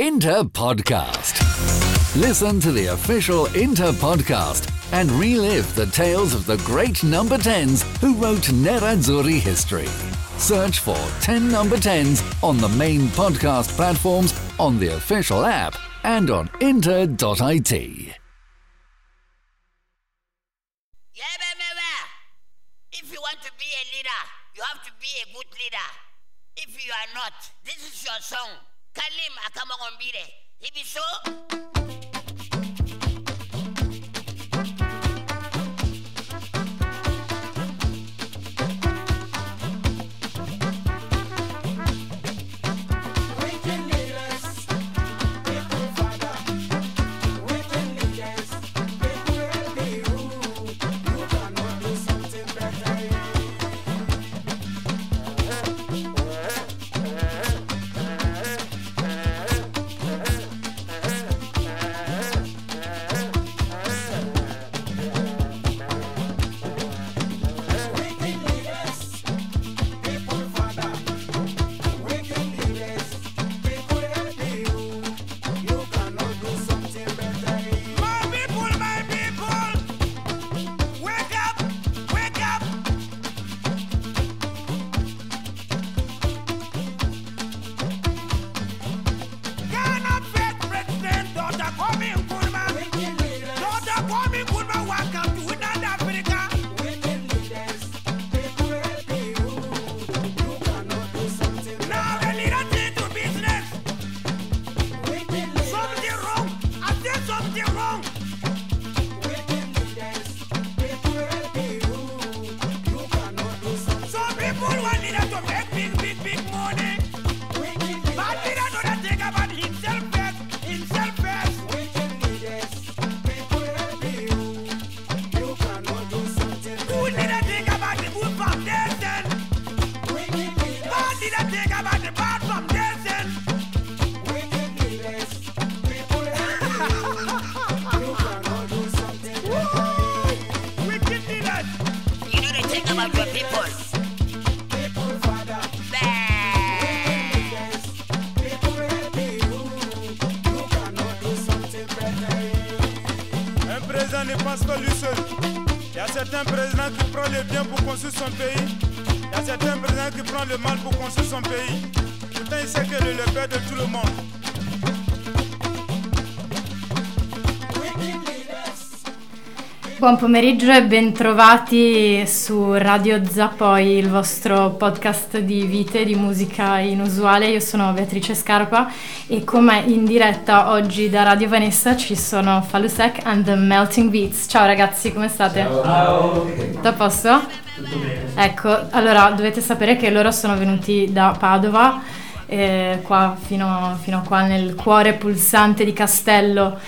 Inter Podcast. Listen to the official Inter Podcast and relive the tales of the great number 10s who wrote Nerazzurri history. Search for 10 number 10s on the main podcast platforms, on the official app, and on inter.it. If you want to be a leader, you have to be a good leader. If you are not, this is your song. Kalim Akamangombire. If it's so... Buon pomeriggio e bentrovati su Radio Zappoi, il vostro podcast di vite, di musica inusuale. Io sono Beatrice Scarpa e come in diretta oggi da Radio Vanessa ci sono Falusek and the Melting Beats. Ciao ragazzi, come state? Ciao. Tutto a posto? Tutto bene. Ecco, allora dovete sapere che loro sono venuti da Padova, qua fino qua nel cuore pulsante di Castello,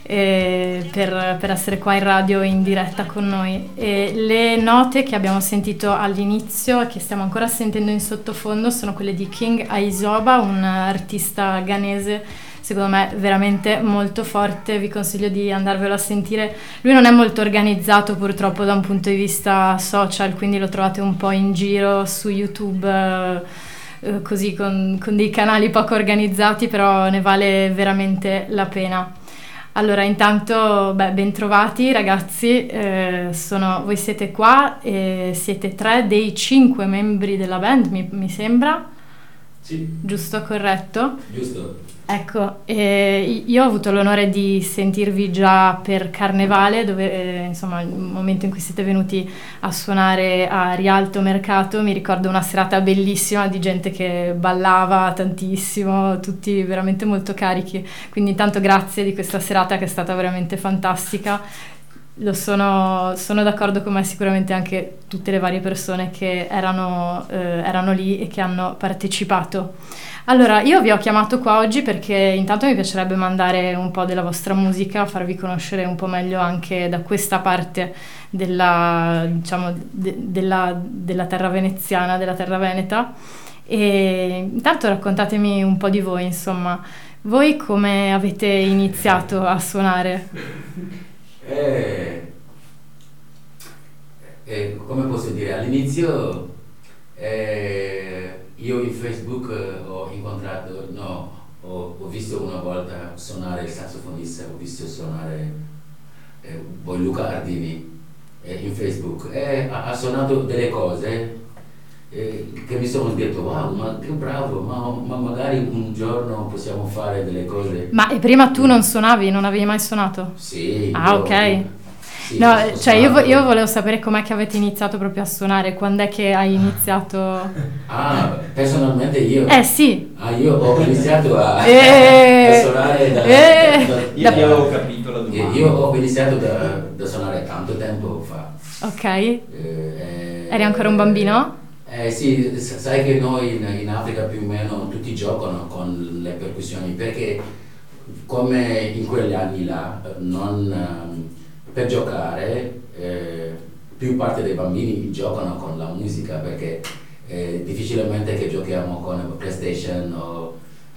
per essere qua in radio in diretta con noi. E le note che abbiamo sentito all'inizio e che stiamo ancora sentendo in sottofondo sono quelle di King Aizoba, un artista ghanese secondo me veramente molto forte. Vi consiglio di andarvelo a sentire. Lui non è molto organizzato purtroppo da un punto di vista social, quindi lo trovate un po' in giro su YouTube, così con dei canali poco organizzati, però ne vale veramente la pena. Allora, intanto, bentrovati ragazzi, voi siete qua, siete 3 dei 5 membri della band, mi sembra? Sì. Giusto, corretto? Giusto. Ecco, io ho avuto l'onore di sentirvi già per Carnevale, dove insomma il momento in cui siete venuti a suonare a Rialto Mercato. Mi ricordo una serata bellissima di gente che ballava tantissimo, tutti veramente molto carichi, quindi intanto grazie di questa serata che è stata veramente fantastica. Sono d'accordo con me, sicuramente anche tutte le varie persone che erano lì e che hanno partecipato. Allora, io vi ho chiamato qua oggi perché intanto mi piacerebbe mandare un po' della vostra musica, farvi conoscere un po' meglio anche da questa parte della terra veneziana, della terra veneta. E intanto raccontatemi un po' di voi, insomma. Voi come avete iniziato a suonare? Come posso dire, all'inizio io in Facebook ho incontrato, ho visto una volta suonare il sassofonista, ho visto suonare poi Luca Ardini in Facebook e ha suonato delle cose che mi sono detto wow, ma che bravo, ma magari un giorno possiamo fare delle cose. Ma e prima tu non suonavi, non avevi mai suonato? Sì. Ah, ok. Sì, No, ho cioè suonato. io volevo sapere com'è che avete iniziato proprio a suonare, quando è che hai iniziato? Ah, personalmente io. Sì. Io ho iniziato a suonare Io avevo capito la domanda. Io ho iniziato da suonare tanto tempo fa. Ok. Eri ancora un bambino? Sì, sai che noi in Africa più o meno tutti giocano con le percussioni perché come in quegli anni là per giocare più parte dei bambini giocano con la musica perché difficilmente che giochiamo con PlayStation o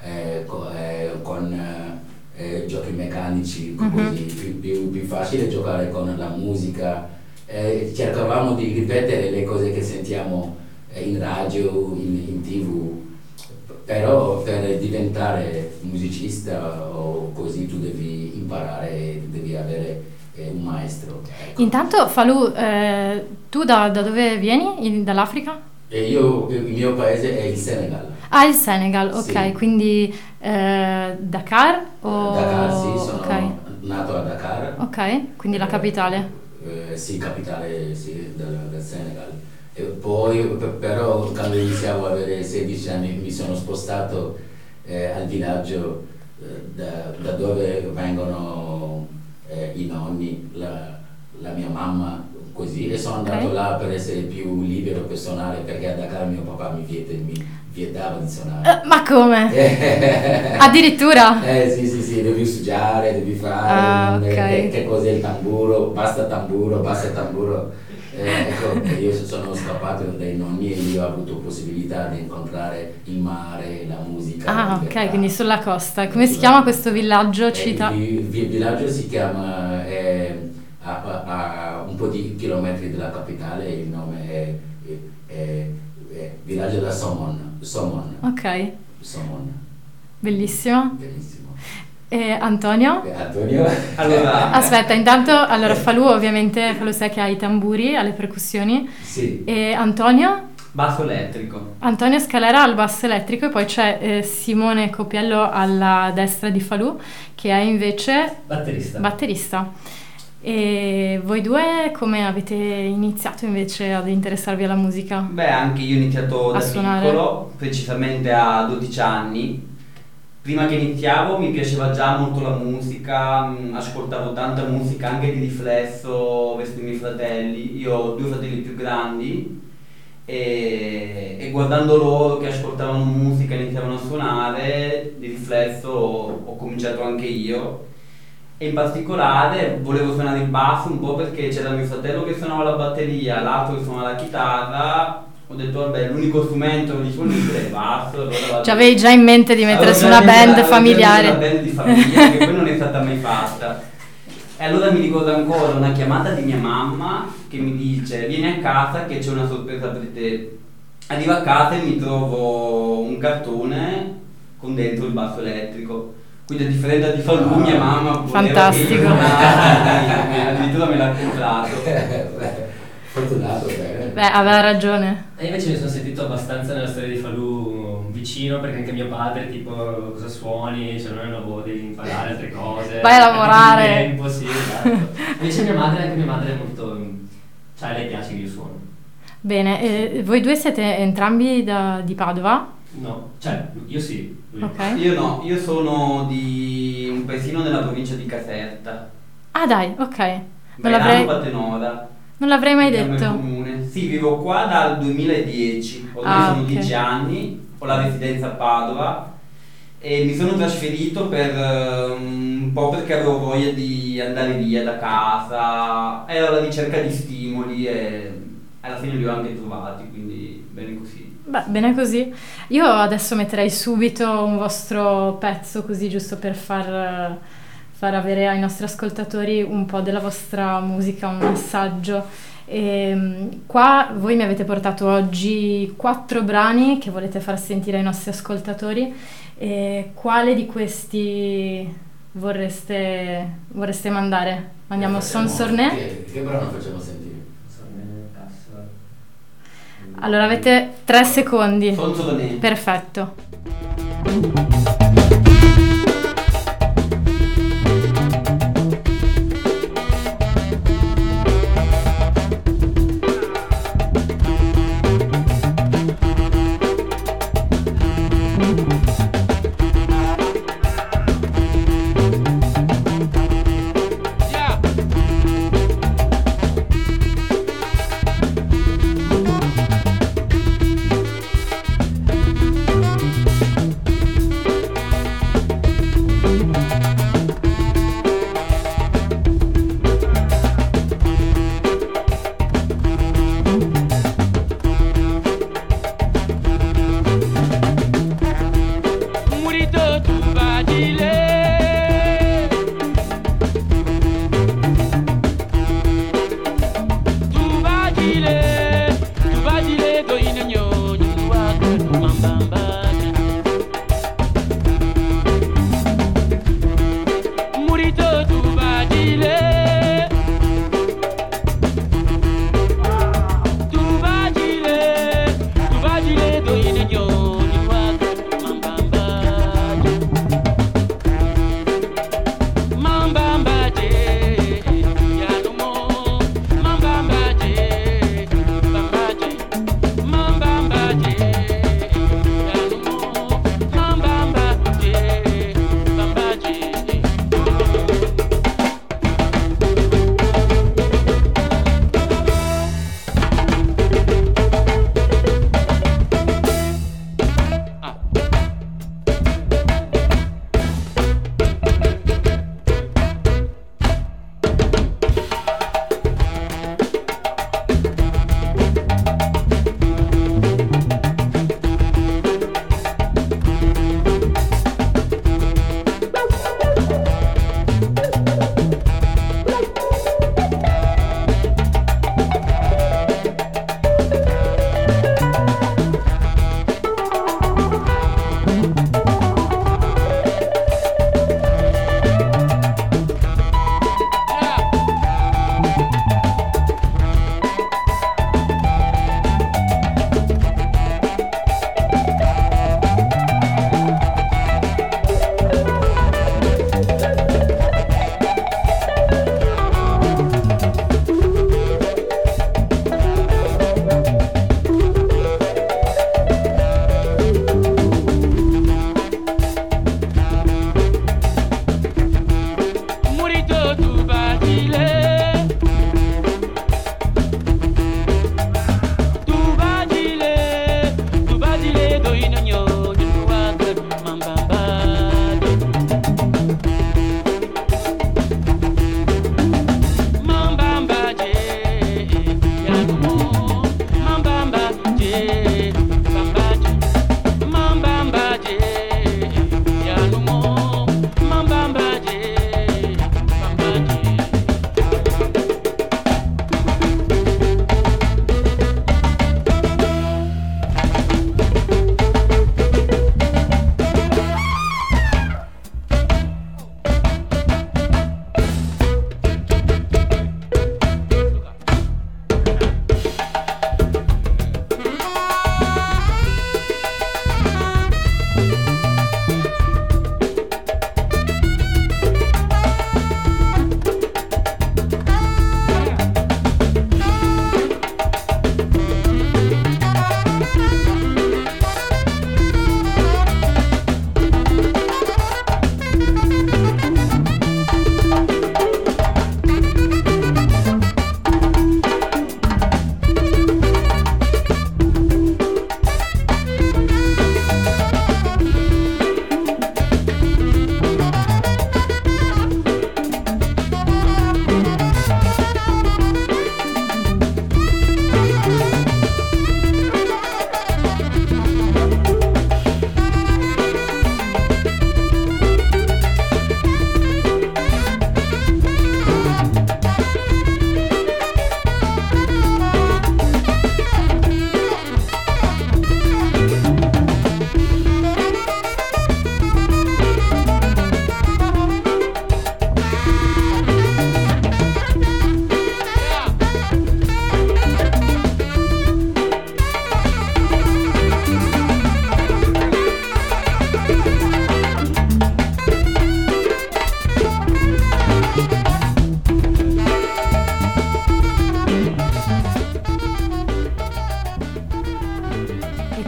con giochi meccanici, così più facile giocare con la musica. Cercavamo di ripetere le cose che sentiamo in radio, in TV, però per diventare musicista o così tu devi imparare, devi avere un maestro. Ecco. Intanto Falù, tu da dove vieni? Dall'Africa? Il mio paese è il Senegal. Ah, il Senegal, ok, Sì. Quindi Dakar? Dakar, sì, sono Ok, nato a Dakar. ok, quindi la capitale. Sì, capitale sì, del Senegal. E poi però quando iniziavo a avere 16 anni mi sono spostato al villaggio da dove vengono i nonni, la mia mamma, così, e sono andato Ok. là per essere più libero per suonare perché a Dakar mio papà mi vietava di suonare. Ma come? Addirittura? Sì, devi studiare, devi fare Ah, ok. che cos'è il tamburo, basta tamburo. Ecco, io sono scappato dai nonni e io ho avuto possibilità di incontrare il mare, la musica. la Ah, libertà. ok, quindi sulla costa. Come si chiama questo villaggio? Il villaggio si chiama a un po' di chilometri dalla capitale, il nome è villaggio da Somon. Ok, Somon, bellissimo. benissimo. E Antonio? Antonio? Allora, Aspetta, intanto, allora Falù ovviamente, Falù sai che ha i tamburi, ha le percussioni. Sì. E Antonio? basso elettrico. Antonio Scalera al basso elettrico e poi c'è Simone Copiello alla destra di Falù che è invece batterista. E voi due come avete iniziato invece ad interessarvi alla musica? Beh, anche io ho iniziato A da suonare? piccolo, precisamente a 12 anni. Prima che iniziavo mi piaceva già molto la musica, ascoltavo tanta musica anche di riflesso verso i miei fratelli. Io ho 2 fratelli più grandi e guardando loro che ascoltavano musica e iniziavano a suonare, di riflesso ho cominciato anche io. E in particolare volevo suonare il basso un po' perché c'era mio fratello che suonava la batteria, l'altro che suonava la chitarra. Ho detto vabbè, l'unico strumento disponibile è il basso. Allora vado. Cioè avevi già in mente di mettere su una band familiare? Una band di famiglia che poi non è stata mai fatta. E allora mi ricordo ancora una chiamata di mia mamma che mi dice vieni a casa che c'è una sorpresa per te. Arrivo a casa e mi trovo un cartone con dentro il basso elettrico. Quindi a differenza di Falù, mia mamma voleva Fantastico. che addirittura me l'ha comprato. Fortunato, bene. Beh, aveva ragione. E invece mi sono sentito abbastanza nella storia di Falù vicino perché anche mio padre tipo cosa suoni, cioè non è una devi imparare altre cose. Vai a lavorare. Anche il tempo, sì, esatto. Invece anche mia madre è molto, cioè a lei piace che io suono. Bene, voi due siete entrambi di Padova? No, cioè io sì. lui no. Ok. Io no, io sono di un paesino nella provincia di Caserta. Ah dai, ok. Non Gaetano l'avrei, Patenora. non l'avrei mai Siamo in detto. comune. Sì, vivo qua dal 2010, ormai sono ok. 10 anni, ho la residenza a Padova e mi sono trasferito per un po' perché avevo voglia di andare via da casa, ero alla ricerca di stimoli e alla fine li ho anche trovati, quindi bene così. Beh, bene così. Io adesso metterei subito un vostro pezzo così giusto per far far avere ai nostri ascoltatori un po' della vostra musica, un assaggio. Qua voi mi avete portato oggi 4 brani che volete far sentire ai nostri ascoltatori. Quale di questi vorreste mandare? Mandiamo Son Sorné? Che brano facciamo sentire? Allora avete 3 secondi. Son Sorné. Perfetto.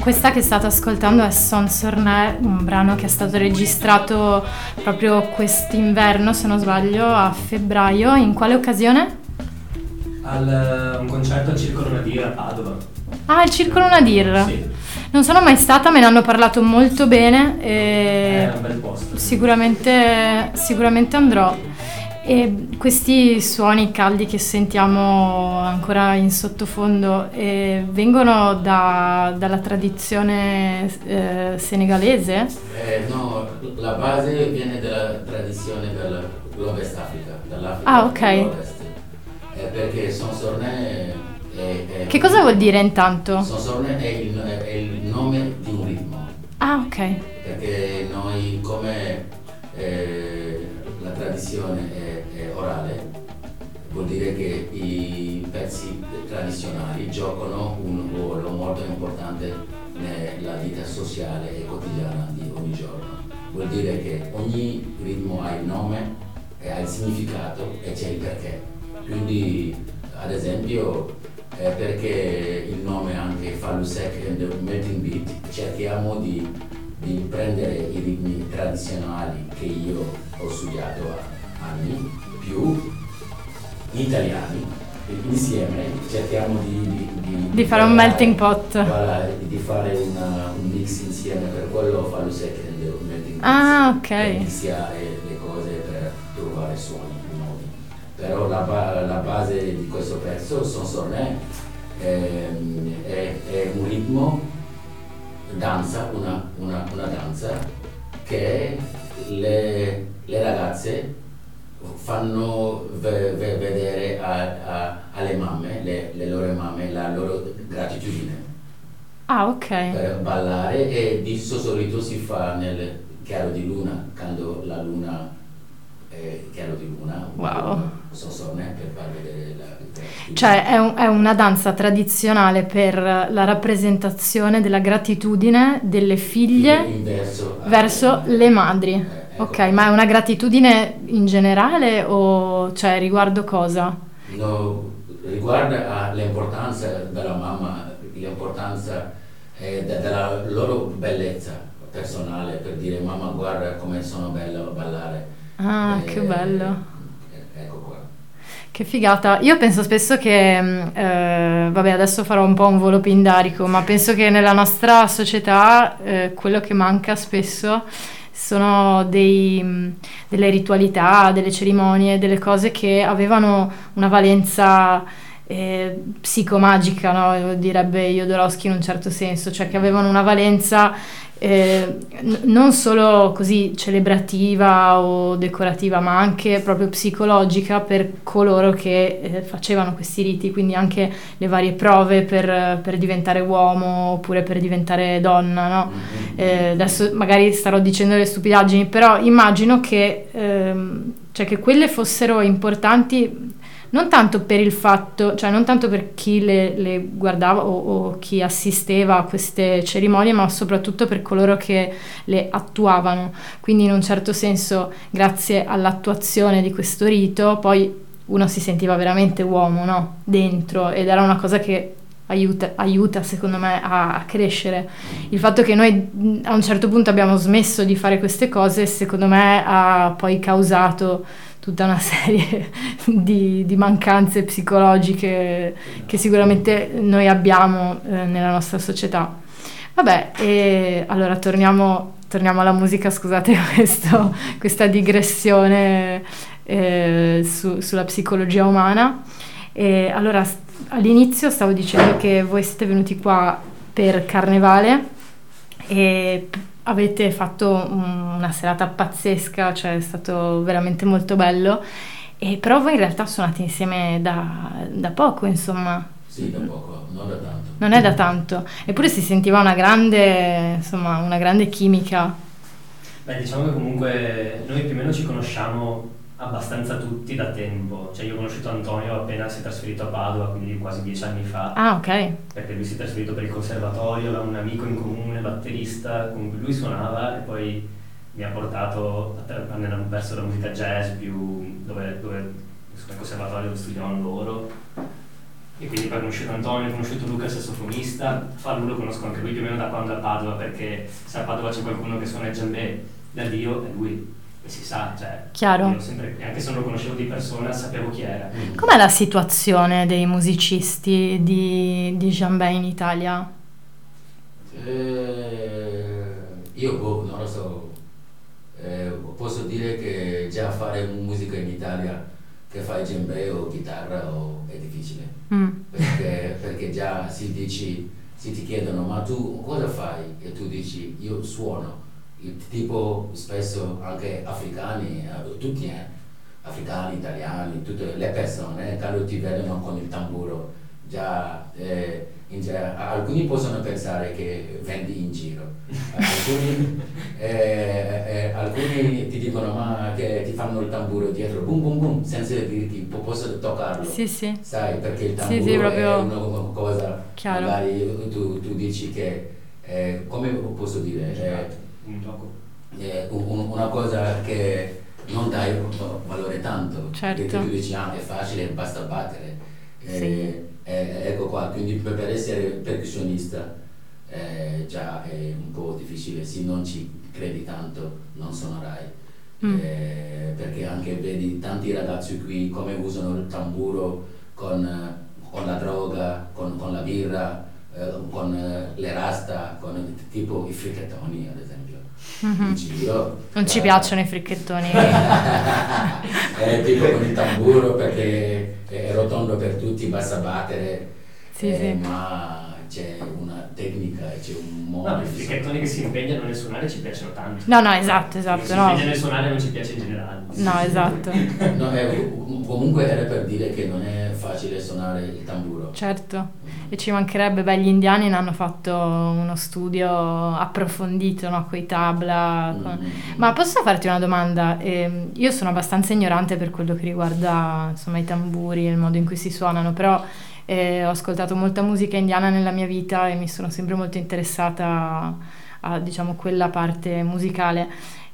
Questa che state ascoltando è Son Sorné, un brano che è stato registrato proprio quest'inverno, se non sbaglio, a febbraio. In quale occasione? Un concerto al Circolo Nadir a Padova. Ah, il Circolo Nadir? Sì. Non sono mai stata, me ne hanno parlato molto bene È un bel posto. Sicuramente andrò. E questi suoni caldi che sentiamo ancora in sottofondo vengono dalla tradizione senegalese? No, la base viene dalla tradizione dell'Ovest Africa, dall'Africa Ah, ok. dell'Ovest. Perché Son Sorné è Che cosa vuol dire intanto? Son Sorné è il nome di un ritmo. Ah, ok. Perché noi, come la tradizione è orale, vuol dire che i pezzi tradizionali giocano un ruolo molto importante nella vita sociale e quotidiana di ogni giorno. Vuol dire che ogni ritmo ha il nome, ha il significato e c'è il perché. Quindi, ad esempio, perché il nome anche Falusek and the Melting Beat, cerchiamo di prendere i ritmi tradizionali che io ho studiato a anni, più gli italiani, insieme cerchiamo di fare un melting pot. Voilà, di fare un mix insieme, per quello Falusek and the Melting Beat. Ah, ok. Inizia le cose per trovare suoni nuovi. Però la base di questo pezzo, Son Sorné, è un ritmo, danza, una danza che le ragazze fanno vedere alle mamme, le loro mamme, la loro gratitudine. Ah, ok. Per ballare, e di solito si fa nel chiaro di luna, quando la luna è chiaro di luna. Wow. Son Sorné per far vedere la gratitudine. Cioè è una danza tradizionale per la rappresentazione della gratitudine delle figlie verso le madri. Ecco. Ok, ma è una gratitudine in generale o cioè riguardo cosa? No, riguarda l'importanza della mamma, l'importanza della loro bellezza personale, per dire mamma guarda come sono bella a ballare. Ah, che bello. Ecco qua. Che figata. Io penso spesso che, vabbè, adesso farò un po' un volo pindarico, ma penso che nella nostra società quello che manca spesso sono delle ritualità, delle cerimonie, delle cose che avevano una valenza psicomagica, no? Direbbe Jodorowsky in un certo senso, cioè che avevano una valenza non solo così celebrativa o decorativa, ma anche proprio psicologica per coloro che facevano questi riti, quindi anche le varie prove per diventare uomo oppure per diventare donna, no? Adesso magari starò dicendo le stupidaggini, però immagino che, cioè che quelle fossero importanti non tanto per il fatto, cioè non tanto per chi le guardava o chi assisteva a queste cerimonie, ma soprattutto per coloro che le attuavano. Quindi in un certo senso, grazie all'attuazione di questo rito, poi uno si sentiva veramente uomo, no? Dentro, ed era una cosa che aiuta secondo me a crescere. Il fatto che noi a un certo punto abbiamo smesso di fare queste cose, secondo me ha poi causato tutta una serie di mancanze psicologiche che sicuramente noi abbiamo nella nostra società. Vabbè, e allora torniamo alla musica, scusate questa digressione sulla psicologia umana. E allora all'inizio stavo dicendo che voi siete venuti qua per Carnevale e avete fatto una serata pazzesca, cioè è stato veramente molto bello, però voi in realtà suonate insieme da poco, insomma. Sì, da poco, non da tanto. Non è da tanto, eppure si sentiva una grande chimica. Beh, diciamo che comunque noi più o meno ci conosciamo abbastanza tutti da tempo, cioè io ho conosciuto Antonio appena si è trasferito a Padova, quindi quasi 10 anni fa. Ah, ok. Perché lui si è trasferito per il conservatorio, aveva un amico in comune, batterista, con cui lui suonava, e poi mi ha portato verso la musica jazz più dove il conservatorio studiavano loro. e quindi poi ho conosciuto Antonio, ho conosciuto Luca, il sassofonista. Farlo lo conosco anche lui più o meno da quando è a Padova, perché se a Padova c'è qualcuno che suona il djembé da Dio è lui, e si sa, cioè Chiaro. io sempre, anche se non lo conoscevo di persona, sapevo chi era. Com'è la situazione dei musicisti di djembé in Italia? Io non lo so, posso dire che già fare musica in Italia che fai djembé o chitarra è difficile, perché già si ti chiedono ma tu cosa fai e tu dici io suono, tipo spesso anche africani, tutti africani, italiani, tutte le persone quando ti vedono con il tamburo già alcuni possono pensare che vendi in giro, alcuni ti dicono ma che ti fanno il tamburo dietro, boom boom boom, senza dirti posso toccarlo, Sì. sai, perché il tamburo proprio è una cosa, chiaro. magari tu dici che, come posso dire, Un gioco. una cosa che non dai valore tanto, Certo. perché tu dici è facile, basta battere. Sì. Ecco qua, quindi per essere percussionista già è un po' difficile, se non ci credi tanto non suonerai, perché anche vedi tanti ragazzi qui come usano il tamburo con la droga, con la birra, con le rasta, con tipo i fricchettoni ad esempio. In giro, Non ci piacciono i fricchettoni. tipo con il tamburo perché è rotondo per tutti, basta battere, Sì. ma c'è una tecnica e c'è un modo. No, i fricchettoni che si impegnano nel suonare ci piacciono tanto. No, esatto, Si no. impegna nel suonare non ci piace in generale. No, esatto. No, comunque era per dire che non è facile suonare il tamburo. Certo, e ci mancherebbe, gli indiani ne hanno fatto uno studio approfondito, no, coi tabla. Ma posso farti una domanda? Io sono abbastanza ignorante per quello che riguarda, insomma, i tamburi e il modo in cui si suonano, però ho ascoltato molta musica indiana nella mia vita e mi sono sempre molto interessata a diciamo, quella parte musicale.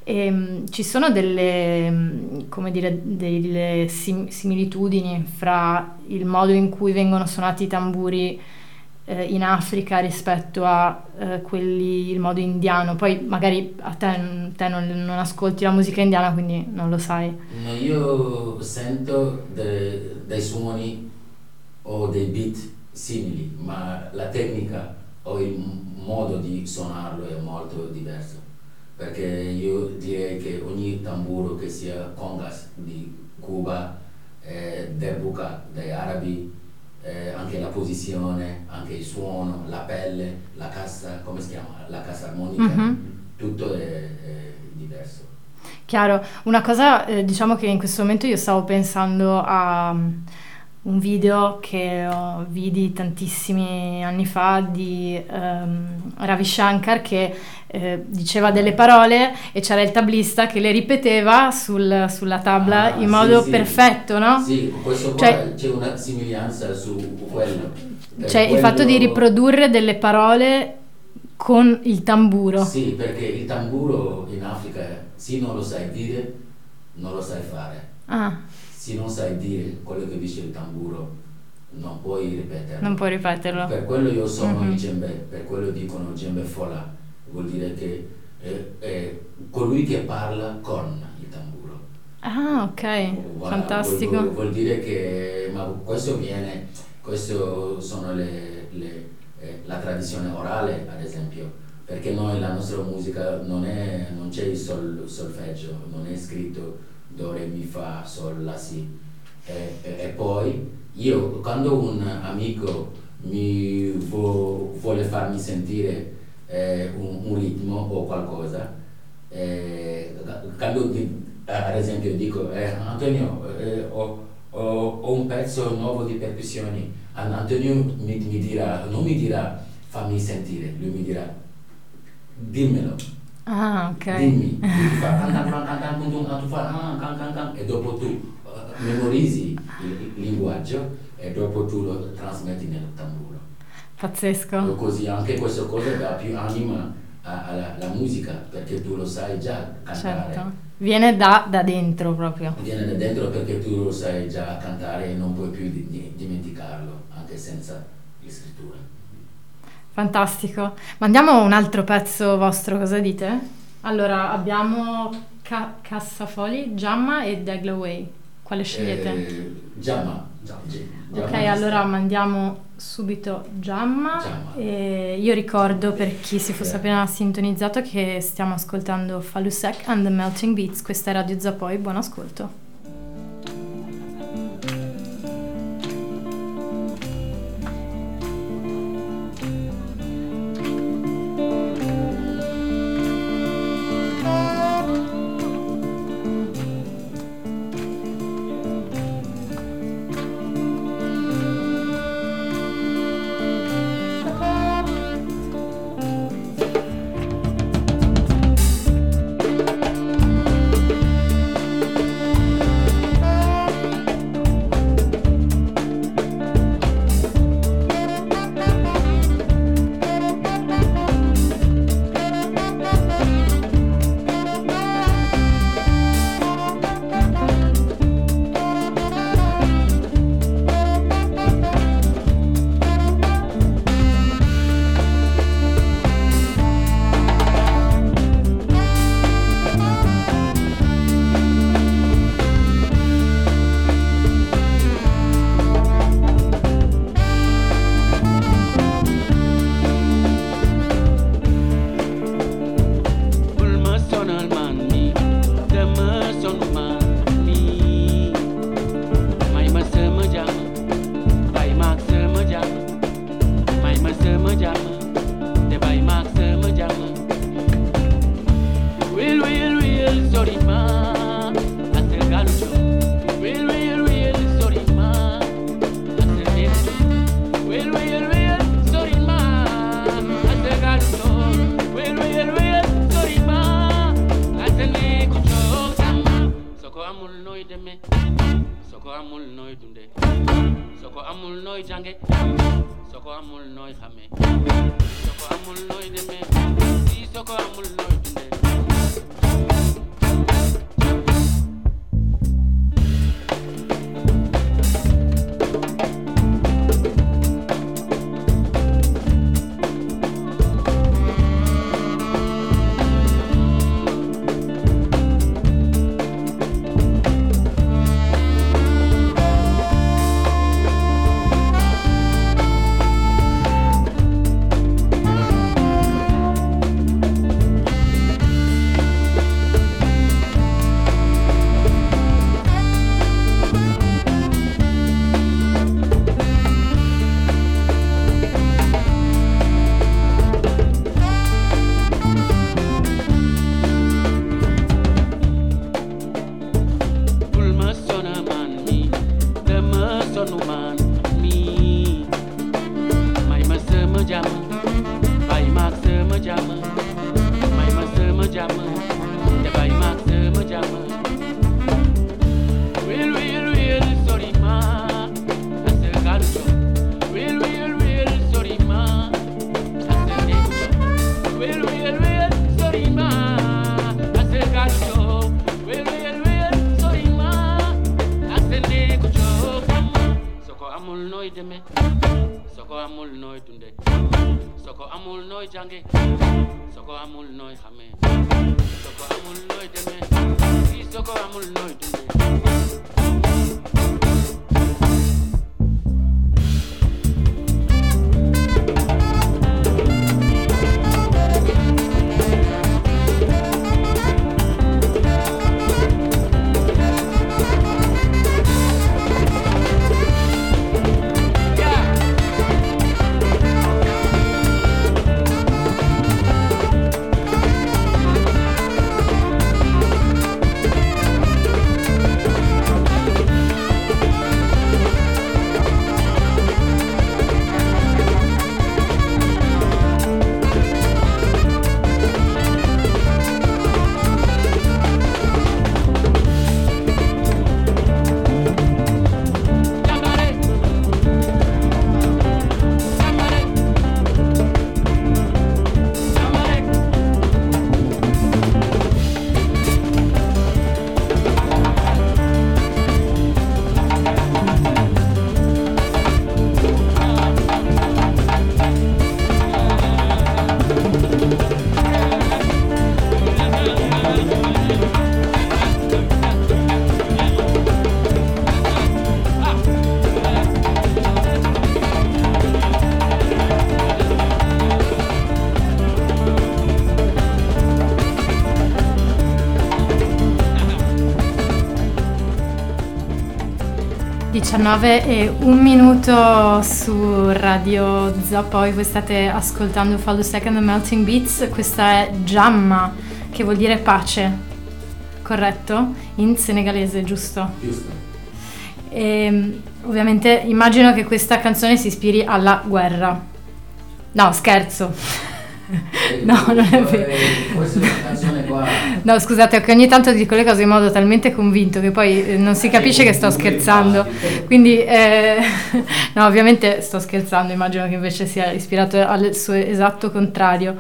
Ci sono delle, come dire, delle similitudini fra il modo in cui vengono suonati i tamburi in Africa rispetto a il modo indiano. Poi magari a te non ascolti la musica indiana, quindi non lo sai. No, io sento dei suoni o dei beat simili, ma la tecnica o il modo di suonarlo è molto diverso. Perché io direi che ogni tamburo, che sia congas di Cuba, derbuka dai arabi, anche la posizione, anche il suono, la pelle, la cassa, come si chiama? La cassa armonica, tutto è diverso. Chiaro, una cosa, diciamo che in questo momento io stavo pensando a un video che vidi tantissimi anni fa di Ravi Shankar che diceva delle parole e c'era il tablista che le ripeteva sulla tabla in modo perfetto, no? Sì, questo qua c'è una somiglianza su quello. Cioè il fatto di riprodurre delle parole con il tamburo. Sì, perché il tamburo in Africa, se non lo sai dire, non lo sai fare. Se non sai dire quello che dice il tamburo, non puoi ripeterlo. Non puoi ripeterlo. Per quello io sono il djembé, per quello dicono djembé fola, vuol dire che è colui che parla con il tamburo. Ah, ok, fantastico. Vuol dire che, ma questo sono la tradizione orale, ad esempio, perché noi la nostra musica non c'è il solfeggio, non è scritto do, re, mi, fa, sol, la, si. E poi io, quando un amico mi vuole farmi sentire un ritmo o qualcosa, quando ad esempio dico Antonio, ho un pezzo nuovo di percussioni, Antonio mi dirà, non mi dirà fammi sentire, lui mi dirà dimmelo. Ah, ok. Dimmi, e dopo tu memorizzi il linguaggio e dopo tu lo trasmetti nel tamburo. Pazzesco. Così anche questa cosa dà più anima alla musica, perché tu lo sai già cantare. Certo. Viene da dentro proprio. Viene da dentro perché tu lo sai già cantare e non puoi più dimenticarlo, anche anche senza la scrittura. Fantastico. Mandiamo un altro pezzo vostro, cosa dite? Allora, abbiamo Cassafoli, Jamma e Daglaway. Quale scegliete? Jamma. Ok, allora mandiamo subito Jamma. E io ricordo, per chi si fosse appena sintonizzato, che stiamo ascoltando Falusek and the Melting Beats. Questa è Radio Zapoi, buon ascolto. 19:01 su Radio Zapoi, voi state ascoltando Follow Second Melting Beats, questa è Jamma, che vuol dire pace, corretto? In senegalese, giusto? Giusto. E, ovviamente immagino che questa canzone si ispiri alla guerra. No, scherzo. No, non è vero. Questa canzone qua. No, scusate, che ogni tanto dico le cose in modo talmente convinto che poi non si capisce che sto scherzando. Quindi, no, ovviamente sto scherzando, immagino che invece sia ispirato al suo esatto contrario.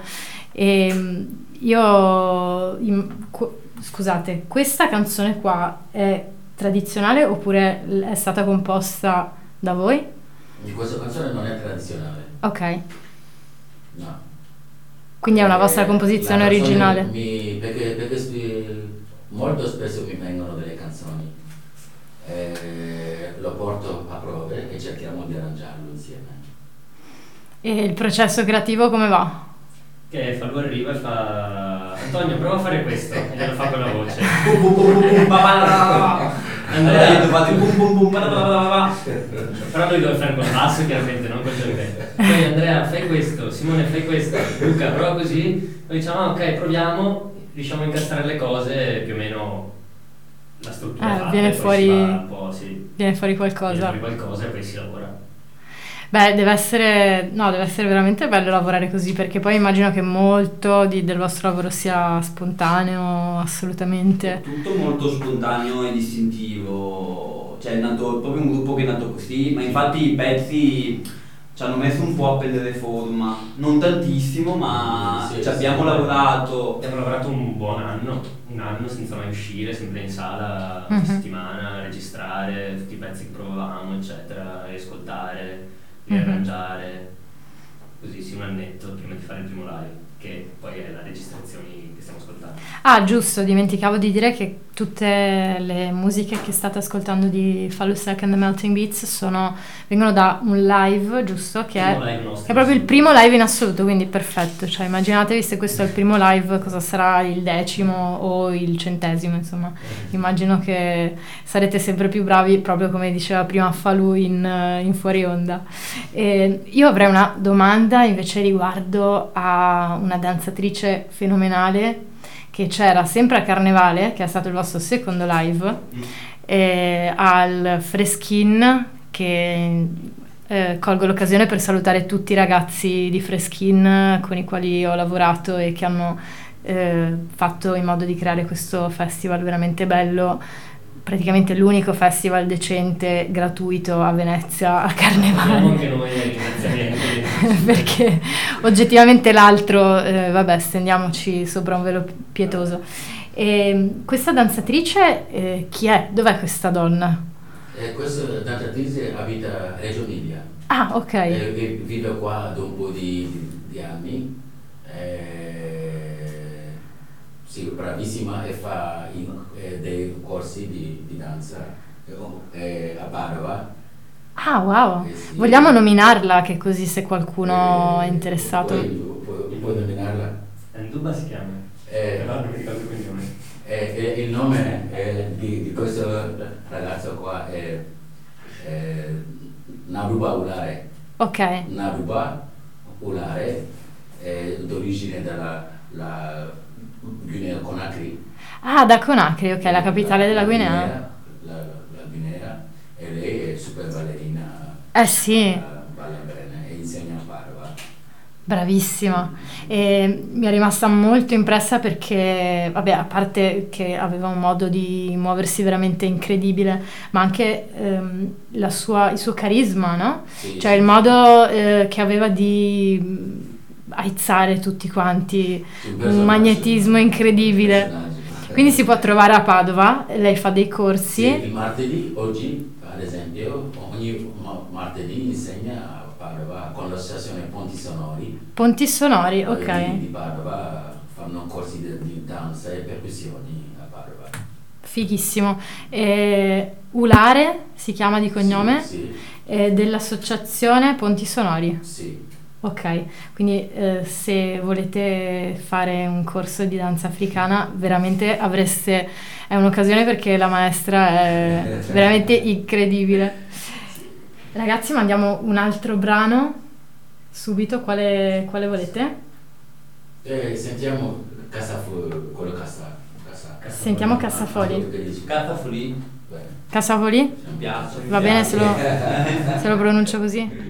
Scusate, questa canzone qua è tradizionale oppure è stata composta da voi? Questa canzone non è tradizionale. Ok. No. Quindi è una vostra composizione originale? Perché molto spesso mi vengono delle canzoni, lo porto a prove e cerchiamo di arrangiarlo insieme. E il processo creativo come va? Che Falù arriva e fa: Antonio, prova a fare questo, e glielo fa con la voce. Andrea, io fate bum bum bum, però lui deve fare col basso, chiaramente, non col cervello. Poi Andrea, fai questo, Simone, fai questo, Luca, prova così. Noi diciamo: ok, proviamo, riusciamo a incastrare le cose, più o meno la struttura fatta, viene fuori, un po', sì. Viene fuori qualcosa. Viene fuori qualcosa e poi si lavora. Beh, deve essere veramente bello lavorare così, perché poi immagino che molto del vostro lavoro sia spontaneo, assolutamente. Tutto molto spontaneo e distintivo, cioè è nato proprio un gruppo che è nato così, ma infatti i pezzi ci hanno messo un po' a prendere forma, non tantissimo, ma sì, ci abbiamo lavorato. Abbiamo lavorato un buon anno senza mai uscire, sempre in sala, una settimana, a registrare tutti i pezzi che provavamo, eccetera, riascoltare, riarrangiare, così sì, un annetto prima di fare il primo live, che poi è la registrazione che stiamo ascoltando. Ah, giusto, dimenticavo di dire che tutte le musiche che state ascoltando di Follow Second Melting Beats vengono da un live, giusto? Che è proprio il primo live in assoluto, quindi perfetto. Cioè, immaginatevi se questo è il primo live, cosa sarà il 10° o il 100°, insomma. Immagino che sarete sempre più bravi, proprio come diceva prima Falù in fuori onda. Io avrei una domanda invece riguardo a una danzatrice fenomenale che c'era sempre a Carnevale, che è stato il vostro secondo live, al Freschin, che colgo l'occasione per salutare tutti i ragazzi di Freschin con i quali ho lavorato e che hanno fatto in modo di creare questo festival veramente bello, praticamente l'unico festival decente, gratuito a Venezia a Carnevale. Abbiamo anche noi ringraziamenti. Perché oggettivamente l'altro, vabbè, stendiamoci sopra un velo pietoso. Questa danzatrice, chi è? Dov'è questa donna? Questa danzatrice abita a Reggio Emilia. Ah, ok. E vive qua da un po' di anni. Sì, bravissima, e fa dei corsi di danza a Padova. Ah, wow. Sì. Vogliamo nominarla, che così se qualcuno è interessato. Puoi nominarla? Nduba si chiama, però non mi ricordo il cognome. Il nome di questo ragazzo qua è Naruba Ulare. Ok. Naruba Ulare è d'origine dalla Guinea Conakry. Ah, da Conakry, ok, la capitale della Guinea. La Guinea, e lei è super ballerina. Sì. Balla bene e insegna a Padova. Bravissima. E mi è rimasta molto impressa perché, vabbè, a parte che aveva un modo di muoversi veramente incredibile, ma anche il suo carisma, no? Sì, cioè sì. Il modo che aveva di aizzare tutti quanti, un magnetismo incredibile. Quindi si può trovare a Padova, lei fa dei corsi. Sì, il martedì, oggi ad esempio, ogni martedì insegna a Padova con l'associazione Ponti Sonori. Ponti Sonori, ok. Di Padova fanno corsi di danza e percussioni a Padova. Fighissimo. Ulare si chiama di cognome? Sì. Dell'associazione Ponti Sonori. Sì. Ok, quindi se volete fare un corso di danza africana, veramente è un'occasione, perché la maestra è veramente incredibile. Ragazzi, mandiamo un altro brano subito, quale volete? Sentiamo Sentiamo Cassafoli. Cassafoli? Mi piace. Va bene se lo pronuncio così?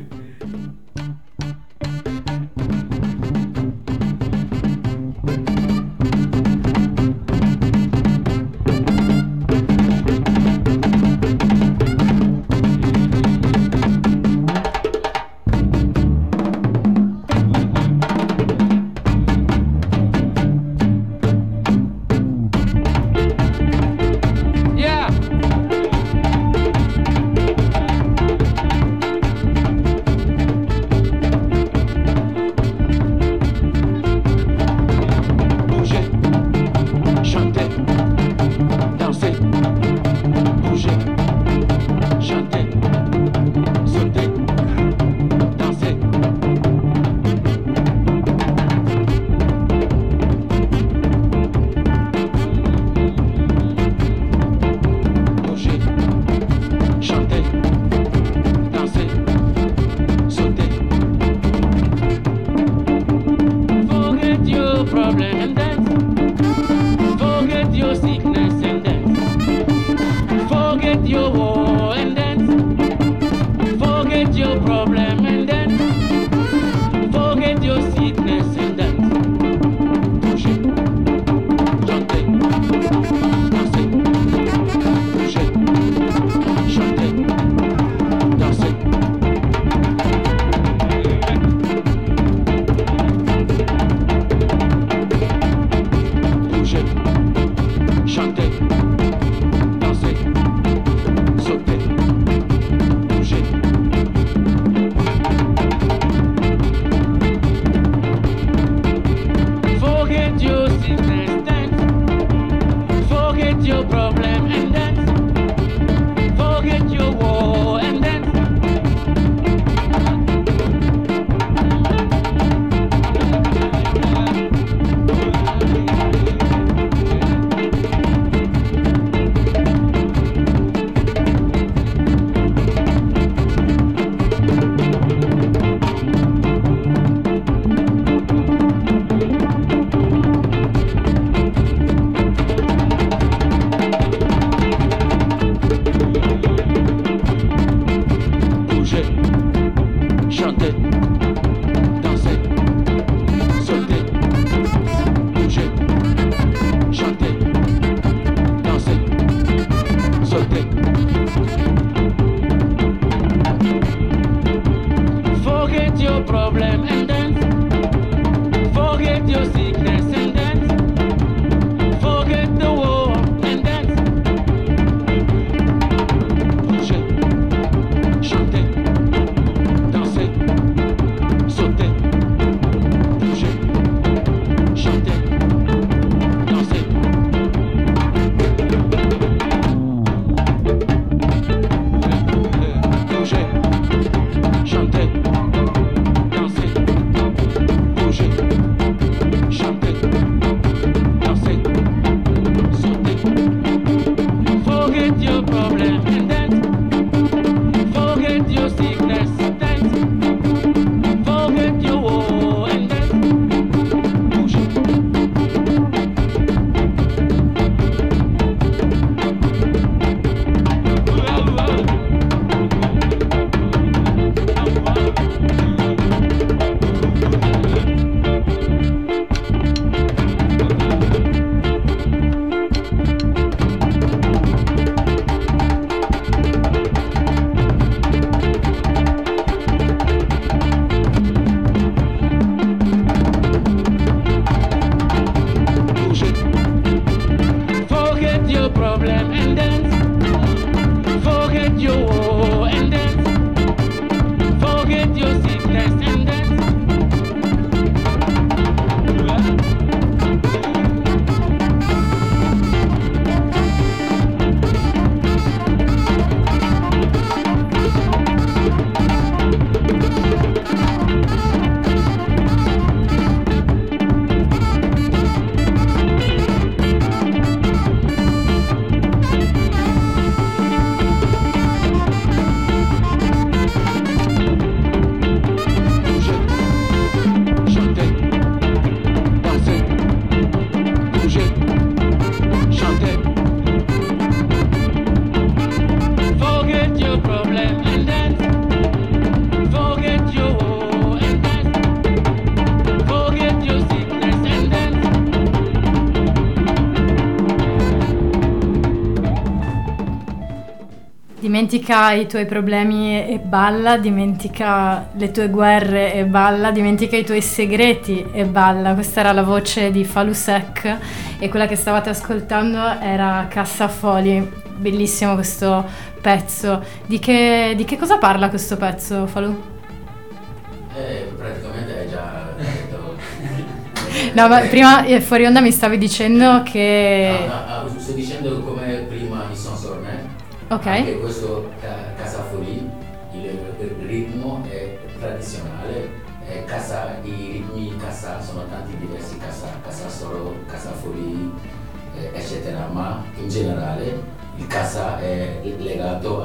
Dimentica i tuoi problemi e balla, dimentica le tue guerre e balla, dimentica i tuoi segreti e balla. Questa era la voce di Falusec e quella che stavate ascoltando era Cassa Foli. Bellissimo questo pezzo. Di che cosa parla questo pezzo, Falù? Praticamente hai già detto. No, ma prima fuori onda mi stavi dicendo che... No, sto dicendo come prima i Sonsorne. Ok. Anche questo Casa Foli, il ritmo è tradizionale, i ritmi casa sono tanti diversi, casa solo, casa Foli, eccetera, ma in generale il casa è legato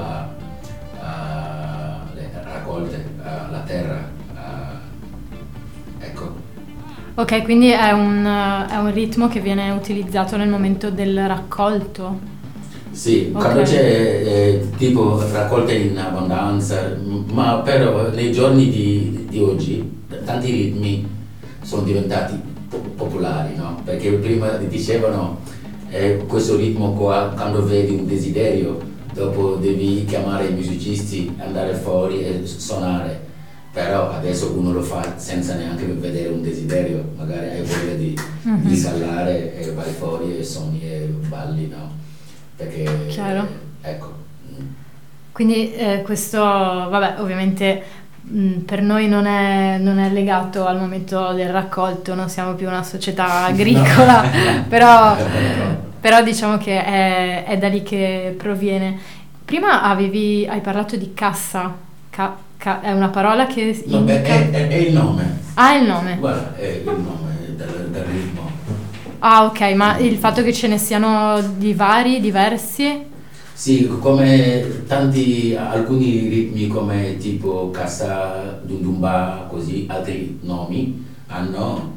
alle raccolte, alla terra, ecco. Ok, quindi è un ritmo che viene utilizzato nel momento del raccolto. Sì, Ok. quando c'è tipo raccolte in abbondanza, ma però nei giorni di oggi tanti ritmi sono diventati popolari, no? Perché prima dicevano questo ritmo qua, quando vedi un desiderio, dopo devi chiamare i musicisti, andare fuori e suonare. Però adesso uno lo fa senza neanche vedere un desiderio, magari hai voglia di sallare e vai fuori e suoni e balli, no? Perché Chiaro. ecco. Quindi questo, vabbè, ovviamente per noi non è legato al momento del raccolto, non siamo più una società agricola, però diciamo che è da lì che proviene. Prima hai parlato di cassa, è una parola che No, indica... è il nome. Ah, è il nome. Guarda, è il nome del ritmo. Ah, ok, ma il fatto che ce ne siano di diversi? Sì, come alcuni ritmi come tipo Casa Dundumba, così, altri nomi hanno,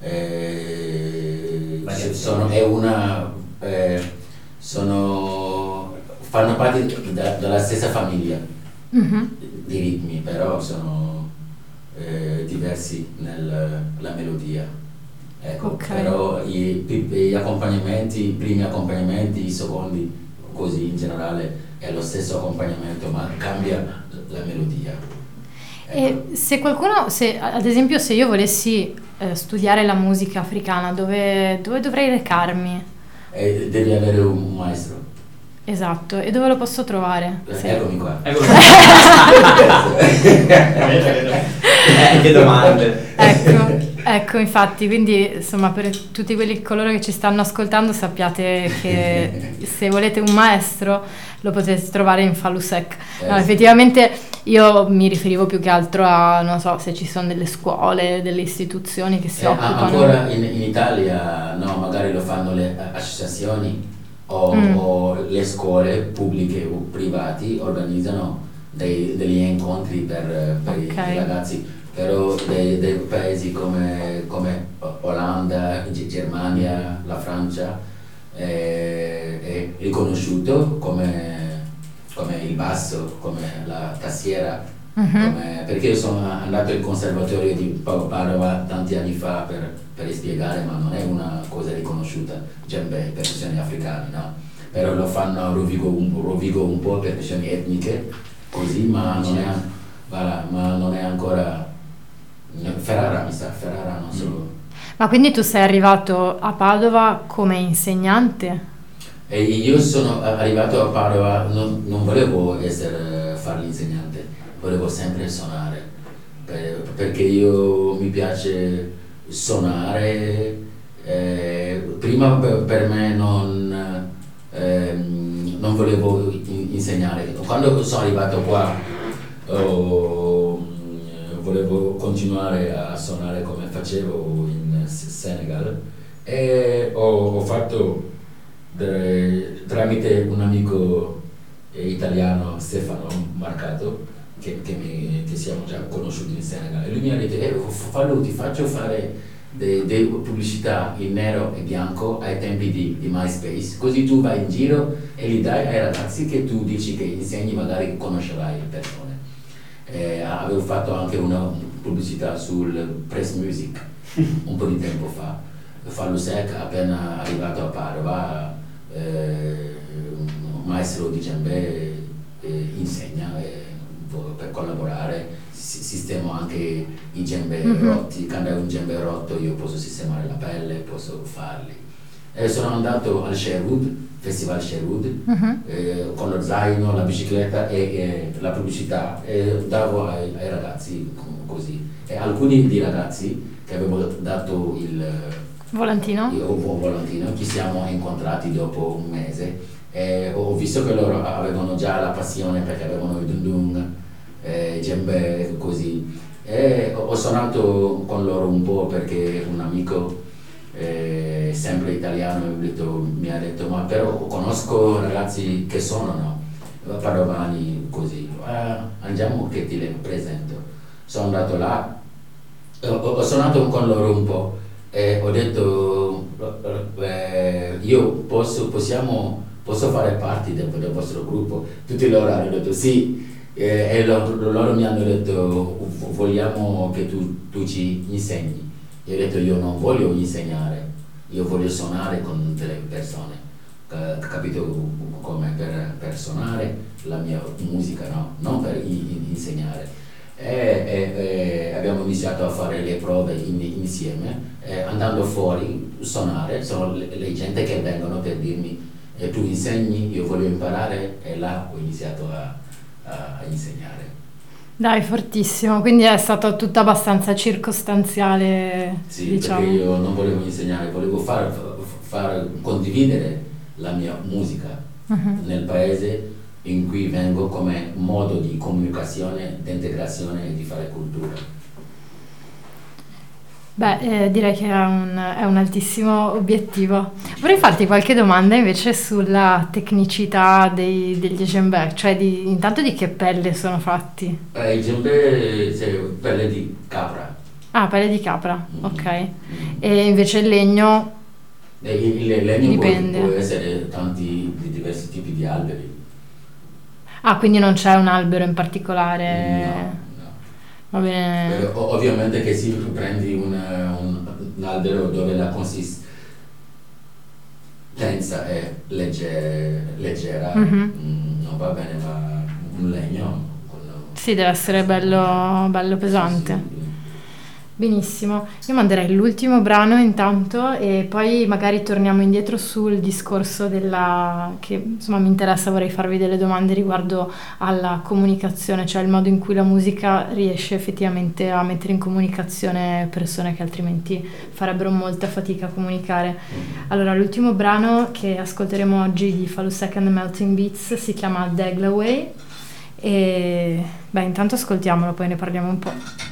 fanno parte della stessa famiglia di ritmi, però sono diversi nella melodia. Ecco, Ok. però i primi accompagnamenti, i secondi, così in generale è lo stesso accompagnamento, ma cambia la melodia. Ecco. E ad esempio, se io volessi studiare la musica africana, dove dovrei recarmi? Devi avere un maestro. Esatto, e dove lo posso trovare? Eccomi qua. Che domande. Ecco, infatti, quindi insomma per tutti coloro che ci stanno ascoltando sappiate che se volete un maestro lo potete trovare in Falusec. No, Sì. effettivamente io mi riferivo più che altro a, non so, se ci sono delle scuole, delle istituzioni che si occupano. Ancora in Italia no, magari lo fanno le associazioni o le scuole pubbliche o privati organizzano degli incontri per i ragazzi. Però dei paesi come Olanda, Germania, la Francia è riconosciuto come il basso, come la tastiera, perché io sono andato al conservatorio di Padova tanti anni fa per spiegare, ma non è una cosa riconosciuta, djembe, percussioni africane, no? Però lo fanno a Rovigo un po', percussioni etniche, così, ma non è ancora... Ferrara non so. Ma quindi tu sei arrivato a Padova come insegnante? E io sono arrivato a Padova, non volevo fare l'insegnante, volevo sempre suonare, perché mi piace suonare. Prima per me non volevo insegnare. Quando sono arrivato qua volevo continuare a suonare come facevo in Senegal e ho fatto tramite un amico italiano, Stefano Marcato, che siamo già conosciuti in Senegal, e lui mi ha detto Fallu, ti faccio fare delle pubblicità in nero e bianco ai tempi di MySpace, così tu vai in giro e li dai ai ragazzi che tu dici che insegni, magari conoscerai persone. Avevo fatto anche una pubblicità sul Press Music un po' di tempo fa. Falusec, appena arrivato a Padova, un maestro di djembe insegna per collaborare, sistemo anche i djembe rotti, quando è un djembe rotto io posso sistemare la pelle, posso farli. Sono andato al Sherwood, Festival Sherwood, con lo zaino, la bicicletta e la pubblicità, e davo ai ragazzi così. E alcuni dei ragazzi che avevo dato il volantino, ci siamo incontrati dopo un mese e ho visto che loro avevano già la passione perché avevano il dundun, djembe così, e ho suonato con loro un po' perché un amico sempre italiano mi ha detto ma però conosco ragazzi che suonano padovani così, andiamo che ti le presento. Sono andato là, ho suonato con loro un po' e ho detto io posso fare parte del vostro gruppo. Tutti loro hanno detto sì, e loro mi hanno detto vogliamo che tu ci insegni. Io ho detto io non voglio insegnare, io voglio suonare con delle persone, capito come per suonare la mia musica, no? Non per insegnare. E abbiamo iniziato a fare le prove insieme, andando fuori, suonare, sono le gente che vengono per dirmi tu insegni, io voglio imparare, e là ho iniziato a insegnare. Dai, fortissimo, quindi è stato tutto abbastanza circostanziale, sì, diciamo. Perché io non volevo insegnare, volevo far condividere la mia musica nel paese in cui vengo come modo di comunicazione, di integrazione e di fare cultura. Beh, direi che è un altissimo obiettivo. Vorrei farti qualche domanda invece sulla tecnicità degli djembe, cioè intanto di che pelle sono fatti? I djembe sono pelle di capra. Ah, pelle di capra, ok. E invece il legno? Il legno dipende. Può essere tanti di diversi tipi di alberi. Ah, quindi non c'è un albero in particolare? No. Va bene. Ovviamente che se prendi un albero dove la consistenza è leggera, non va bene, ma un legno sì, deve essere bello pesante. Sì. Benissimo, io manderei l'ultimo brano intanto e poi magari torniamo indietro sul discorso che insomma mi interessa, vorrei farvi delle domande riguardo alla comunicazione, cioè il modo in cui la musica riesce effettivamente a mettere in comunicazione persone che altrimenti farebbero molta fatica a comunicare. Allora, l'ultimo brano che ascolteremo oggi di Falusek and the Melting Beats si chiama Daglaway e intanto ascoltiamolo, poi ne parliamo un po'.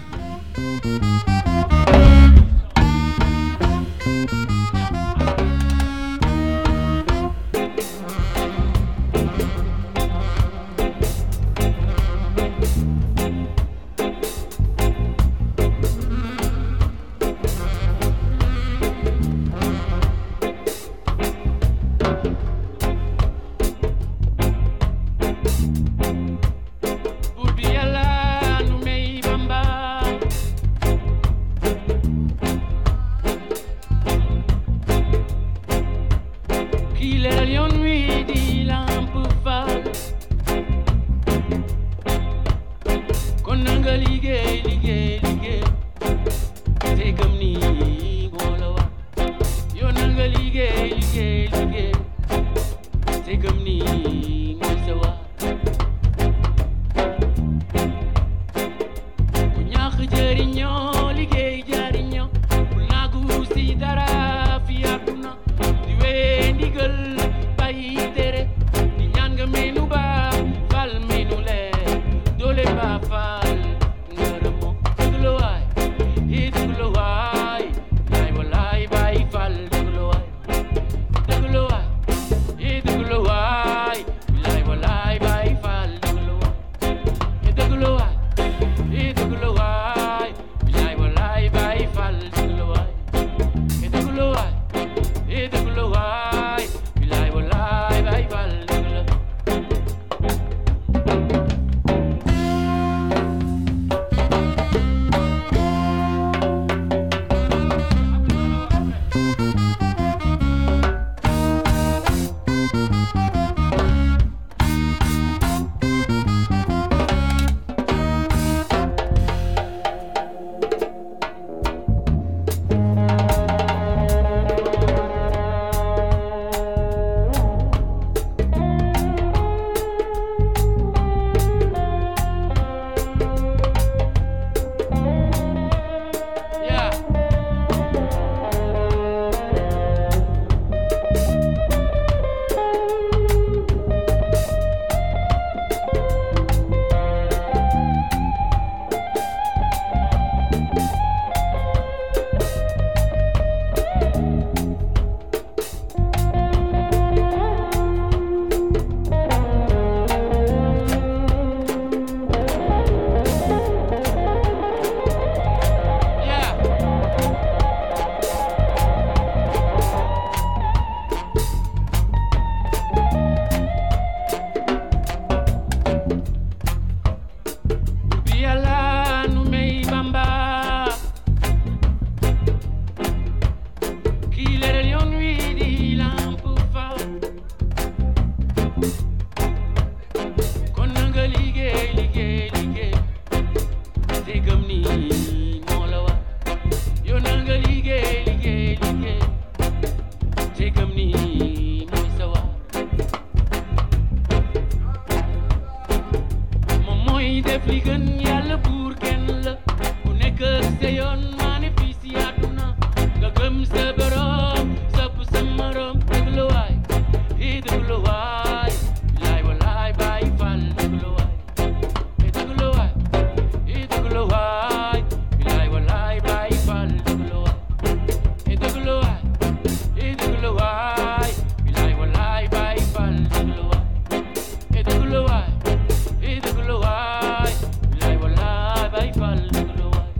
ñi def li gën yàlla buur kenn la ku nekk sa yoon manifeste yi àdduna nga gëm sa borom sopp sa morom dëgg la waay dëgg la waay bilaay walaay bàyyi fal dëgg la waay dëgg la waay dëgg la waay bilaay walaay bàyyi fal dëgg la waay dëgg la waay dëgg la waay bilaay walaay bàyyi fal dëgg la waay dëgg la waay dëgg la waay bilaay walaay bàyyi fal dëgg la waay.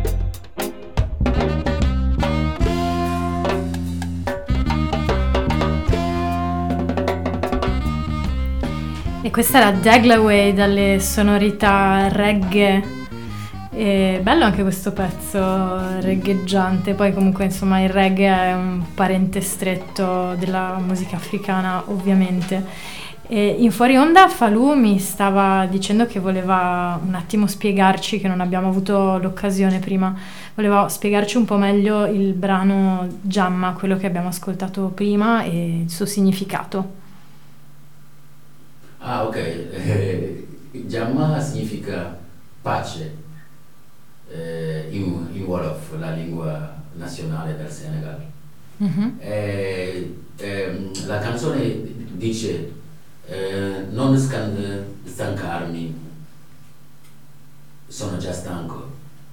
E questa era Daglaway dalle sonorità reggae. E bello anche questo pezzo reggaeggiante. Poi comunque insomma il reggae è un parente stretto della musica africana, ovviamente. E in fuori onda Falù mi stava dicendo che voleva un attimo spiegarci, che non abbiamo avuto l'occasione prima, voleva spiegarci un po' meglio il brano Jamma, quello che abbiamo ascoltato prima, e il suo significato. Ah, ok. Jamma significa pace in Wolof, la lingua nazionale del Senegal. La canzone dice non stancarmi, sono già stanco,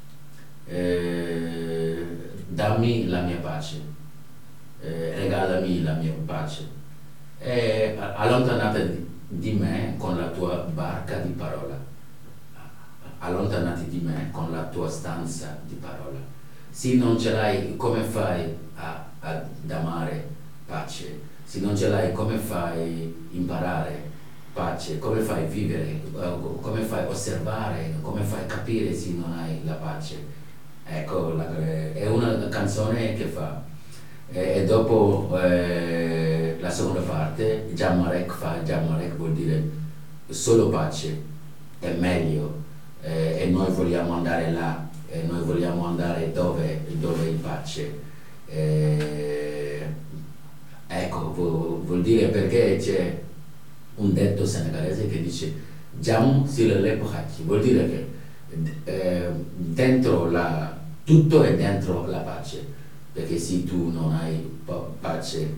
dammi la mia pace, regalami la mia pace, allontanate di me con la tua barca di parola, allontanati di me con la tua stanza di parola. Se non ce l'hai, come fai ad amare pace? Se non ce l'hai, come fai imparare pace? Come fai vivere? Come fai osservare? Come fai capire se non hai la pace? Ecco, è una canzone che fa. E dopo la seconda parte, Jammarek vuol dire solo pace, è meglio, e noi vogliamo andare là, e noi vogliamo andare dove in pace. Ecco, vuol dire, perché c'è un detto senegalese che dice Jam si le lepohachi, vuol dire che dentro tutto è dentro la pace, perché se tu non hai pace,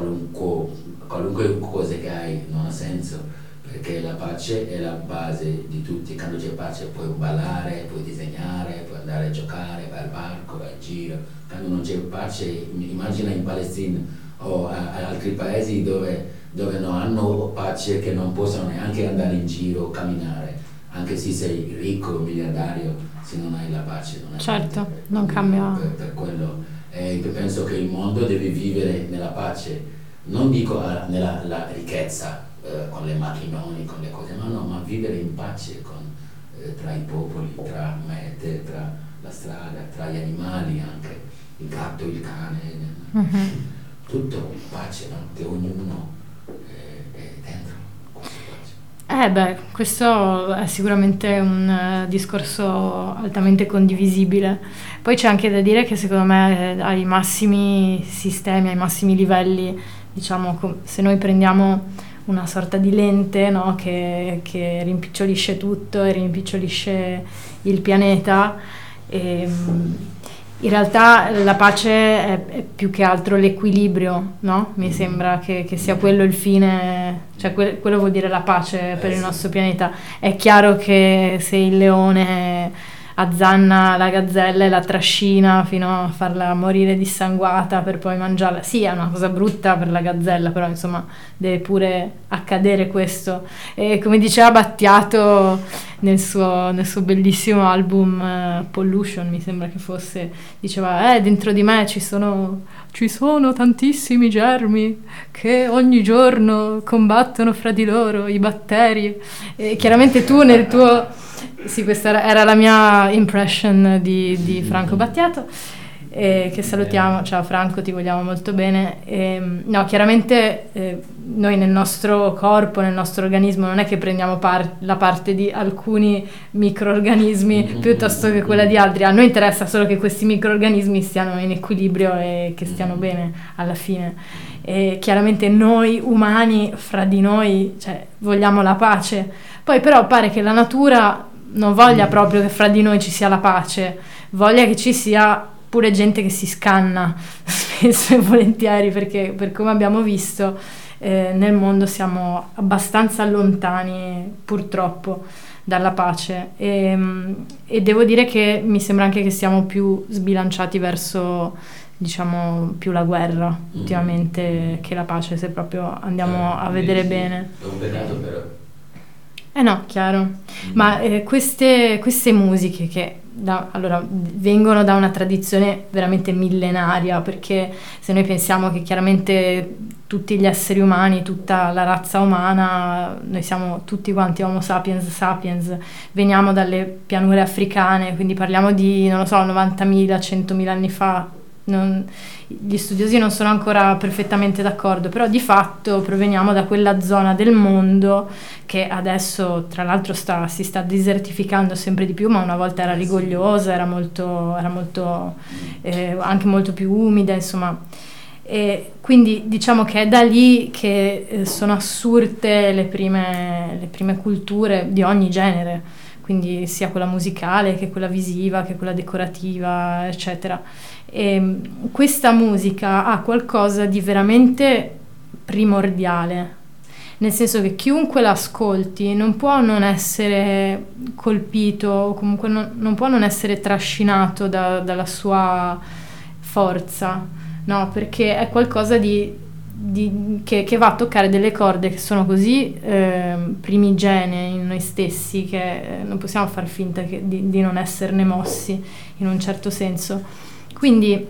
qualunque cosa che hai non ha senso, perché la pace è la base di tutti. Quando c'è pace puoi ballare, puoi disegnare, puoi andare a giocare, vai al parco, vai in giro. Quando non c'è pace, immagina in Palestina o altri paesi dove non hanno pace, che non possono neanche andare in giro, camminare, anche se sei ricco, miliardario, se non hai la pace non hai certo, niente. non cambia. Per quello penso che il mondo deve vivere nella pace, non dico nella ricchezza, con le macchinoni, con le cose, no, ma vivere in pace tra i popoli, tra me, te, tra la strada, tra gli animali anche, il gatto, il cane, tutto in pace, no? Che ognuno è dentro questa pace. Questo è sicuramente un discorso altamente condivisibile. Poi c'è anche da dire che secondo me ai massimi sistemi, ai massimi livelli, diciamo, se noi prendiamo una sorta di lente, no, che rimpicciolisce tutto e rimpicciolisce il pianeta, e in realtà la pace è più che altro l'equilibrio, no? Mi sembra che sia quello il fine, cioè quello vuol dire la pace per il nostro pianeta. È chiaro che se il leone azzanna la gazzella e la trascina fino a farla morire dissanguata per poi mangiarla, sì, è una cosa brutta per la gazzella, però insomma deve pure accadere questo. E come diceva Battiato nel suo bellissimo album Pollution, mi sembra che fosse, diceva dentro di me ci sono tantissimi germi che ogni giorno combattono fra di loro, i batteri. E chiaramente tu nel tuo... Sì, questa era la mia impression di Franco Battiato, che salutiamo. Ciao Franco, ti vogliamo molto bene. No, chiaramente noi nel nostro corpo, nel nostro organismo, non è che prendiamo la parte di alcuni microorganismi piuttosto che quella di altri. A noi interessa solo che questi microorganismi stiano in equilibrio e che stiano bene alla fine. E chiaramente noi umani fra di noi, cioè, vogliamo la pace. Poi però pare che la natura non voglia proprio che fra di noi ci sia la pace, voglia che ci sia pure gente che si scanna spesso e volentieri, perché per come abbiamo visto nel mondo siamo abbastanza lontani purtroppo dalla pace e devo dire che mi sembra anche che siamo più sbilanciati verso, diciamo, più la guerra ultimamente che la pace, se proprio andiamo a vedere bene. È un peccato però. No, chiaro. Ma queste musiche che allora, vengono da una tradizione veramente millenaria, perché se noi pensiamo che chiaramente tutti gli esseri umani, tutta la razza umana, noi siamo tutti quanti Homo sapiens sapiens, veniamo dalle pianure africane, quindi parliamo di, non lo so, 90.000, 100.000 anni fa. Gli studiosi non sono ancora perfettamente d'accordo, però di fatto proveniamo da quella zona del mondo che adesso tra l'altro si sta desertificando sempre di più, ma una volta era rigogliosa, era molto anche molto più umida, insomma. E quindi diciamo che è da lì che sono assurte le prime culture di ogni genere, quindi sia quella musicale che quella visiva che quella decorativa, eccetera. E questa musica ha qualcosa di veramente primordiale, nel senso che chiunque l'ascolti non può non essere colpito, o comunque non può non essere trascinato dalla sua forza, no? Perché è qualcosa che va a toccare delle corde che sono così primigenee in noi stessi che non possiamo far finta di non esserne mossi in un certo senso. Quindi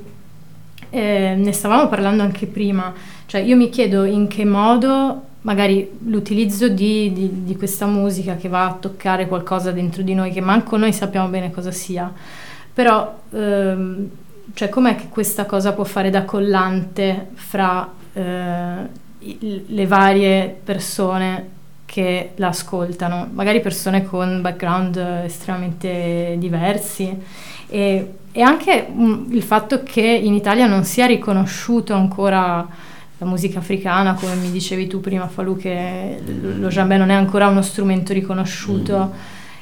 ne stavamo parlando anche prima, cioè io mi chiedo in che modo magari l'utilizzo di questa musica che va a toccare qualcosa dentro di noi che manco noi sappiamo bene cosa sia, però cioè com'è che questa cosa può fare da collante fra le varie persone che la ascoltano, magari persone con background estremamente diversi, e anche il fatto che in Italia non sia riconosciuto ancora la musica africana, come mi dicevi tu prima, Falù, che lo djembé non è ancora uno strumento riconosciuto,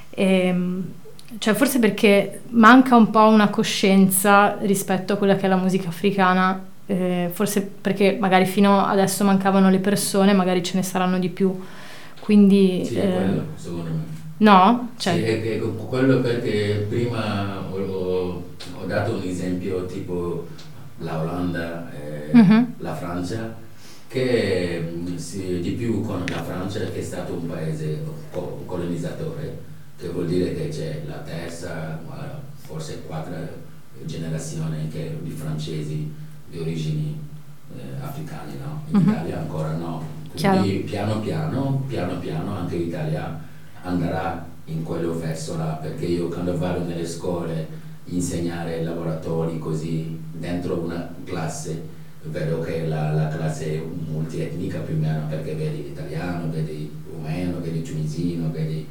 cioè forse perché manca un po' una coscienza rispetto a quella che è la musica africana, forse perché magari fino adesso mancavano le persone, magari ce ne saranno di più, quindi sì, è quello, secondo me. No? Cioè. Sì, è quello, perché prima ho dato un esempio tipo la Olanda e la Francia, che di più con la Francia, che è stato un paese colonizzatore, che vuol dire che c'è la terza, forse quarta generazione di francesi di origini africane, no? In Italia ancora no, quindi piano piano anche l'Italia andrà in quello verso là, perché io quando vado nelle scuole insegnare laboratori così dentro una classe, vedo che la classe è multietnica più o meno, perché vedi italiano, vedi rumeno, vedi tunisino, vedi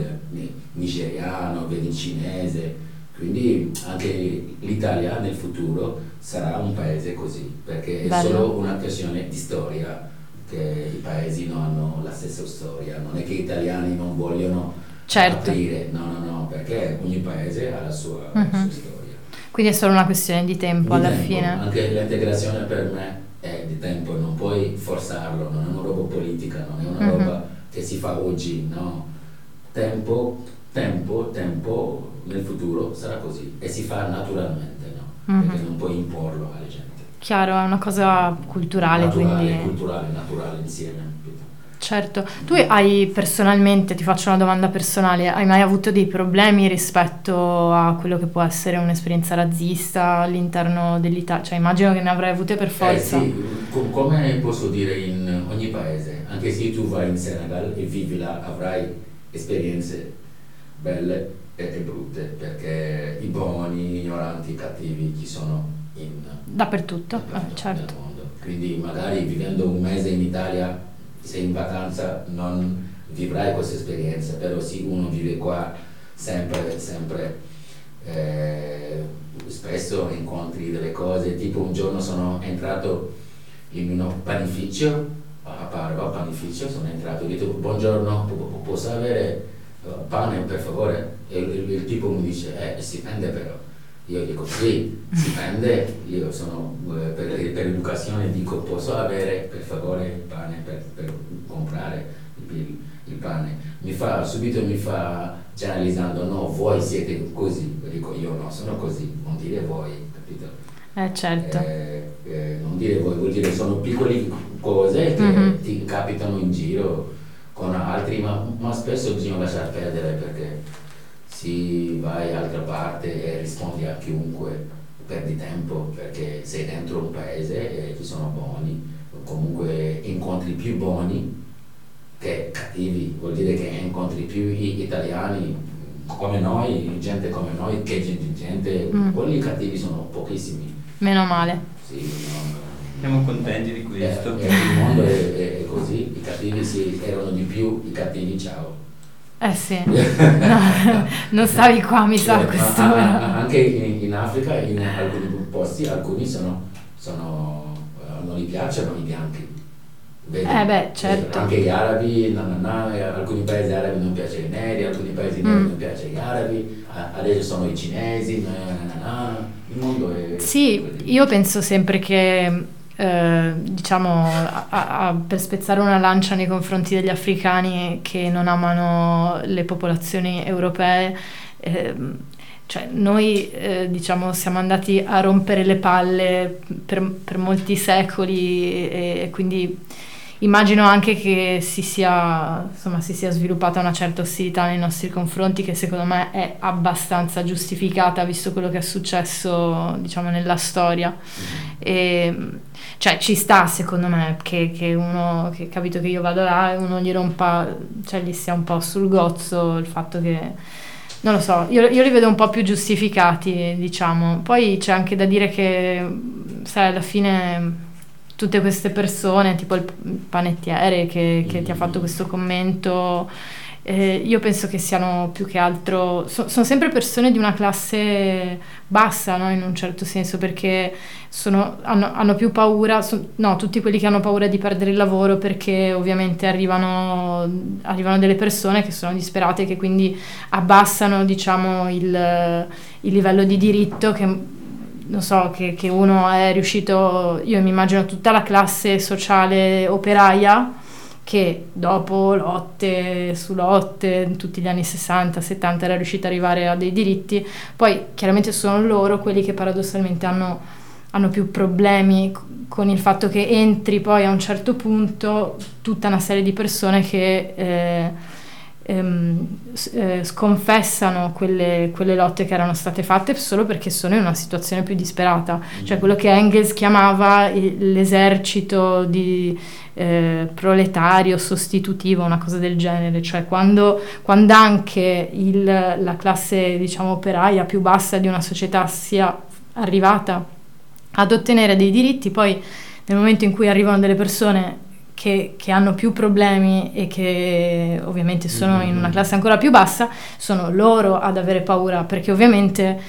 nigeriano, vedi cinese, quindi anche l'Italia nel futuro sarà un paese così, perché è solo una questione di storia, che i paesi non hanno la stessa storia, non è che gli italiani non vogliono aprire, no, perché ogni paese ha la sua storia. Quindi è solo una questione di tempo alla fine. Anche l'integrazione per me è di tempo, non puoi forzarlo, non è una roba politica, non è una roba che si fa oggi, no. Tempo, nel futuro sarà così e si fa naturalmente, no? Perché non puoi imporlo alle gente. Chiaro, è una cosa culturale, quindi culturale, naturale insieme. Certo. Tu hai personalmente, ti faccio una domanda personale, hai mai avuto dei problemi rispetto a quello che può essere un'esperienza razzista all'interno dell'Italia? Cioè immagino che ne avrai avute per forza. Sì, come posso dire, in ogni paese, anche se tu vai in Senegal e vivi là, avrai esperienze belle e brutte, perché i buoni, gli ignoranti, i cattivi ci sono dappertutto, certo. Nel mondo. Quindi magari vivendo un mese in Italia, sei in vacanza, non vivrai questa esperienza, però sì, uno vive qua sempre, spesso incontri delle cose, tipo un giorno sono entrato in un panificio, a Parva, sono entrato e ho detto buongiorno, posso avere pane per favore, e il tipo mi dice si prende però, io dico sì, si prende, io sono per educazione dico posso avere per favore il pane per comprare il pane, subito mi fa generalizzando, no voi siete così, dico io no sono così, non dire voi, capito? Certo. Non dire voi, vuol dire sono piccole cose che ti capitano in giro con altri, ma spesso bisogna lasciar perdere perché si vai all'altra parte e rispondi a chiunque, perdi tempo perché sei dentro un paese e ci sono buoni, comunque incontri più buoni che cattivi, vuol dire che incontri più italiani come noi, gente come noi, che gente, quelli cattivi sono pochissimi. Meno male. Sì, no. Siamo contenti di questo. Il mondo è così, i cattivi erano di più, i cattivi ciao. Sì, no, non stavi qua mi sa quest'ora. Anche in Africa, in alcuni posti, alcuni non gli piacciono i bianchi. Vedi? Certo. Anche gli arabi, alcuni paesi arabi non piacciono i neri, alcuni paesi neri non piacciono gli arabi, adesso sono i cinesi, il mondo è... Sì, io penso sempre che, diciamo, per spezzare una lancia nei confronti degli africani che non amano le popolazioni europee, cioè noi diciamo siamo andati a rompere le palle per molti secoli e quindi immagino anche che si sia sviluppata una certa ostilità nei nostri confronti che secondo me è abbastanza giustificata visto quello che è successo diciamo nella storia e cioè ci sta secondo me che uno che capito che io vado là e uno gli rompa, cioè gli sia un po' sul gozzo il fatto che non lo so, io li vedo un po' più giustificati diciamo, poi c'è anche da dire che sai alla fine tutte queste persone, tipo il panettiere che ti ha fatto questo commento, io penso che siano più che altro, sono sempre persone di una classe bassa, no? In un certo senso, perché hanno più paura, tutti quelli che hanno paura di perdere il lavoro perché ovviamente arrivano delle persone che sono disperate, che quindi abbassano, diciamo, il livello di diritto che non so, che uno è riuscito, io mi immagino tutta la classe sociale operaia che dopo lotte su lotte in tutti gli anni 60-70 era riuscita ad arrivare a dei diritti, poi chiaramente sono loro quelli che paradossalmente hanno più problemi con il fatto che entri poi a un certo punto tutta una serie di persone che sconfessano quelle lotte che erano state fatte solo perché sono in una situazione più disperata, cioè quello che Engels chiamava l'esercito di proletario sostitutivo, una cosa del genere, cioè quando anche la classe diciamo operaia più bassa di una società sia arrivata ad ottenere dei diritti, poi nel momento in cui arrivano delle persone che hanno più problemi e che ovviamente sono in una classe ancora più bassa, sono loro ad avere paura, perché ovviamente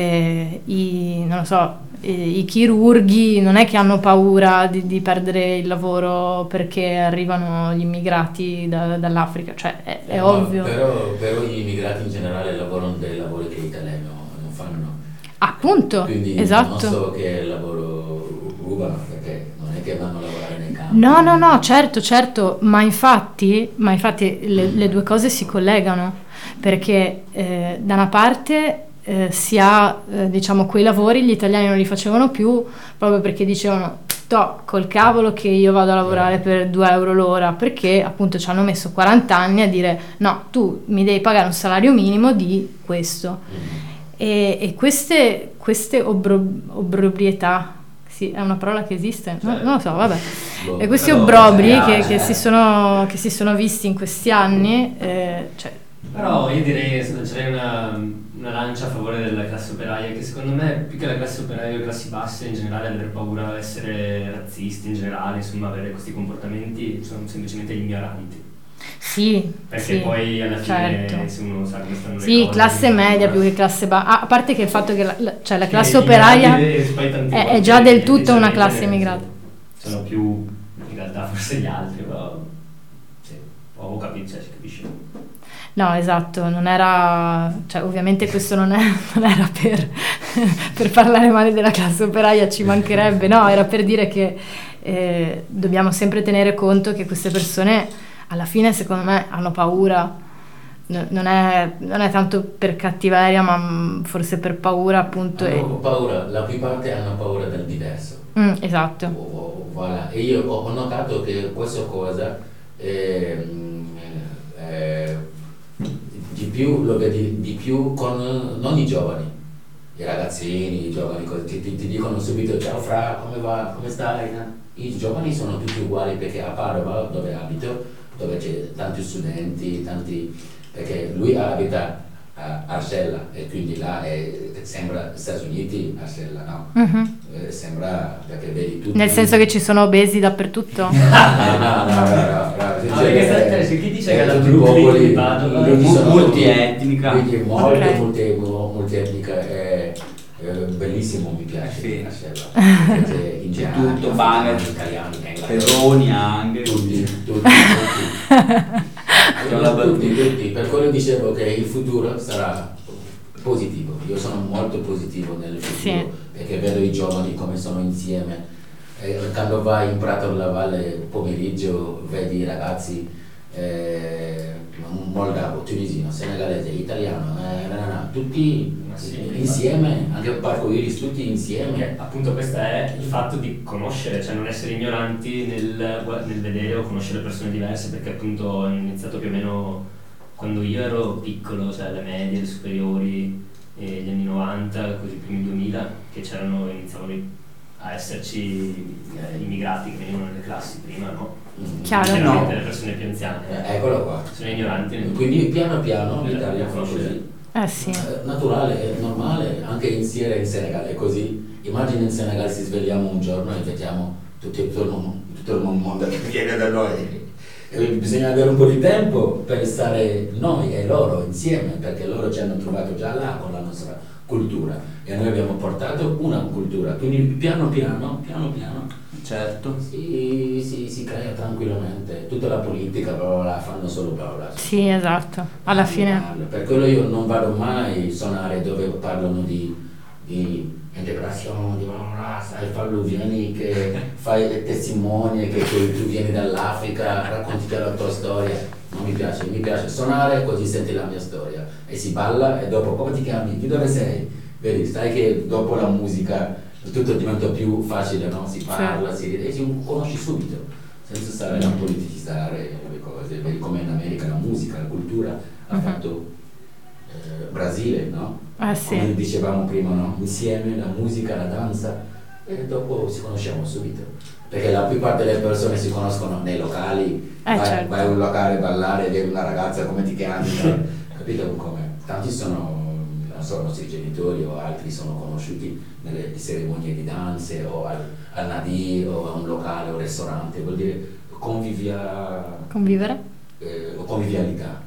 i chirurghi non è che hanno paura di perdere il lavoro perché arrivano gli immigrati dall'Africa, cioè è ovvio. Però gli immigrati in generale lavorano dei lavori che gli italiani non fanno. Appunto, quindi esatto. Non so che lavoro rubano, perché non è che vanno a lavorare nei campi. No, certo, ma infatti le due cose si collegano, perché da una parte si ha, diciamo, quei lavori gli italiani non li facevano più proprio perché dicevano col cavolo che io vado a lavorare per 2 euro l'ora, perché appunto ci hanno messo 40 anni a dire no, tu mi devi pagare un salario minimo di questo. E queste obrobrietà, sì, è una parola che esiste? Non lo so, vabbè. E questi obbrobri che si sono visti in questi anni, cioè. Però io direi una lancia a favore della classe operaia, che secondo me più che la classe operaia o le classi basse in generale avere paura di essere razzisti in generale, insomma avere questi comportamenti, sono semplicemente ignoranti. Sì, perché poi alla fine certo. Se uno sa come stanno le cose, classe media più che classe bassa, a parte che il fatto che la classe operaia è già del tutto una classe immigrata. Sono più in realtà forse gli altri, però sì, ho capito, cioè, si capisce. No, esatto, non era, cioè ovviamente questo non era per parlare male della classe operaia, ci mancherebbe, no, era per dire che dobbiamo sempre tenere conto che queste persone alla fine secondo me hanno paura, non è tanto per cattiveria ma forse per paura appunto. Hanno paura, la più parte hanno paura del diverso. Esatto. Voilà. E io ho notato che questa cosa di più lo vedi di più con non i giovani, i ragazzini, i giovani ti dicono subito ciao fra, come va, come stai? I giovani sono tutti uguali perché a Padova, dove abito, dove c'è tanti studenti, perché lui abita a Arcella e quindi là sembra Stati Uniti, Arcella, no? Sembra perché vedi tutti. Nel senso che ci sono obesi dappertutto? No. Chi dice che la tutti i Brooklyn popoli di Padova multietnica. Quindi multietnica è bellissimo, mi piace. Sì. Arcella. Indiani, Tutto, banga, italiani, Peroni anche. tutti. Per quello dicevo che il futuro sarà positivo. Io sono molto positivo nel futuro, perché vedo i giovani come sono insieme. Quando vai in Prato alla Valle pomeriggio vedi i ragazzi moldavo, tunisino, senegalese, italiano, tutti insieme, anche al Parco Iris, tutti insieme. Appunto questo è il fatto di conoscere, cioè non essere ignoranti nel vedere o conoscere persone diverse, perché appunto ho iniziato più o meno quando io ero piccolo, cioè le medie, le superiori, gli anni 90, così i primi 2000, che iniziavano a esserci immigrati che venivano nelle classi prima, no? Chiaro, no. Le persone più anziane Eccolo qua. sono ignoranti. Quindi piano piano l'Italia fa così. Sì. Naturale, è normale, anche in Siria e in Senegal è così. Immagina in Senegal si svegliamo un giorno e vediamo tutto il mondo che viene da noi. E bisogna avere un po' di tempo per stare noi e loro insieme, perché loro ci hanno trovato già là con la nostra cultura e noi abbiamo portato una cultura, quindi piano piano Certo. si crea tranquillamente. Tutta la politica però la fanno solo parola. Sì, esatto, alla fine. Per quello io non vado mai a suonare dove parlano di integrazione, di sai, fallo, vieni che fai le testimoni, che tu vieni dall'Africa, racconti la tua storia. Non mi piace suonare così senti la mia storia e si balla e dopo come ti chiami, di dove sei? Vedi, sai che dopo la musica tutto diventa più facile, no? Si parla, si ride e si conosci subito, senza stare a politicizzare le cose. Vedi come in America la musica, la cultura ha fatto Brasile, no? Sì. Come dicevamo prima, no? Insieme la musica, la danza e dopo si conosciamo subito, perché la più parte delle persone si conoscono nei locali, vai a un locale a ballare, vedi una ragazza, come ti chiami, capito come? Tanti sono, non so, i nostri genitori o altri sono conosciuti nelle cerimonie di danze o al Nadi o a un locale o un ristorante, vuol dire convivere? Convivialità.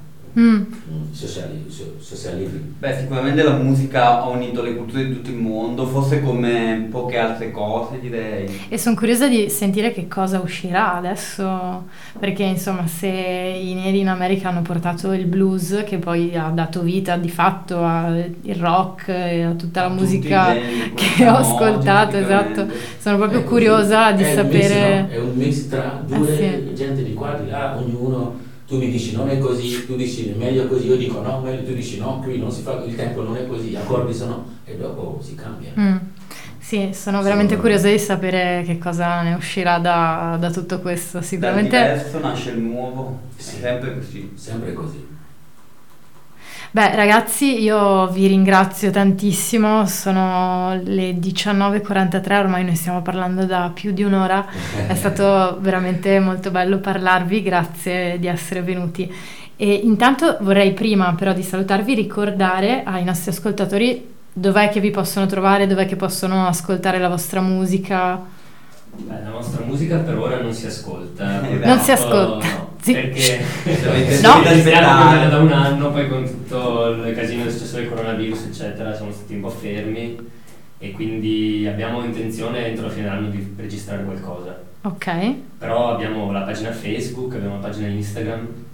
Socialismi. Beh, sicuramente la musica ha unito le culture di tutto il mondo, forse come poche altre cose, direi. E sono curiosa di sentire che cosa uscirà adesso, perché insomma se i neri in America hanno portato il blues, che poi ha dato vita di fatto al rock e a tutta la musica che ho ascoltato, esatto, sono proprio curiosa di sapere. È un mix tra due gente di qua, di là, ognuno. Tu mi dici non è così, tu dici meglio così, io dico no, meglio, tu dici no, qui non si fa, il tempo non è così, gli accordi sono e dopo si cambia. Sì, sono veramente curiosa di sapere che cosa ne uscirà da tutto questo, sicuramente. Dal diverso nasce il nuovo, sempre così. Sempre così. Beh ragazzi, io vi ringrazio tantissimo, sono le 19:43, ormai noi stiamo parlando da più di un'ora, è stato veramente molto bello parlarvi, grazie di essere venuti. E intanto vorrei prima però di salutarvi ricordare ai nostri ascoltatori dov'è che vi possono trovare, dov'è che possono ascoltare la vostra musica. La nostra musica per ora non si ascolta. Non si ascolta. No, sì. Perché no. Speriamo da un anno, poi con tutto il casino del successo del coronavirus eccetera siamo stati un po' fermi e quindi abbiamo intenzione entro la fine dell'anno di registrare qualcosa. Ok. Però abbiamo la pagina Facebook, abbiamo la pagina Instagram.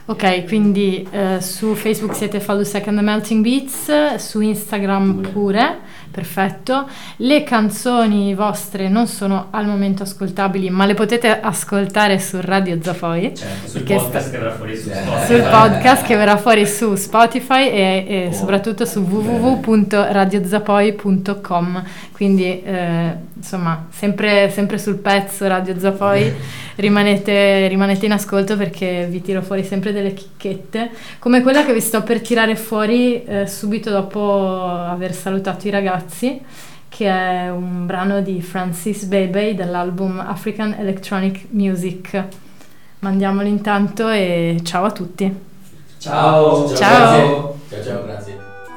Ok, quindi su Facebook siete Fallussec and the Melting Beats, su Instagram pure, perfetto. Le canzoni vostre non sono al momento ascoltabili, ma le potete ascoltare su Radio Zapoi. Certo, sul podcast che verrà fuori su Spotify. Sul podcast che verrà fuori su Spotify e soprattutto su www.radiozapoi.com. Quindi insomma, sempre sul pezzo Radio Zapoi, rimanete in ascolto perché vi tiro fuori sempre delle chicchette, come quella che vi sto per tirare fuori subito dopo aver salutato i ragazzi, che è un brano di Francis Bebey dall'album African Electronic Music. Mandiamolo intanto e ciao a tutti. Ciao. Ciao. Ciao, grazie.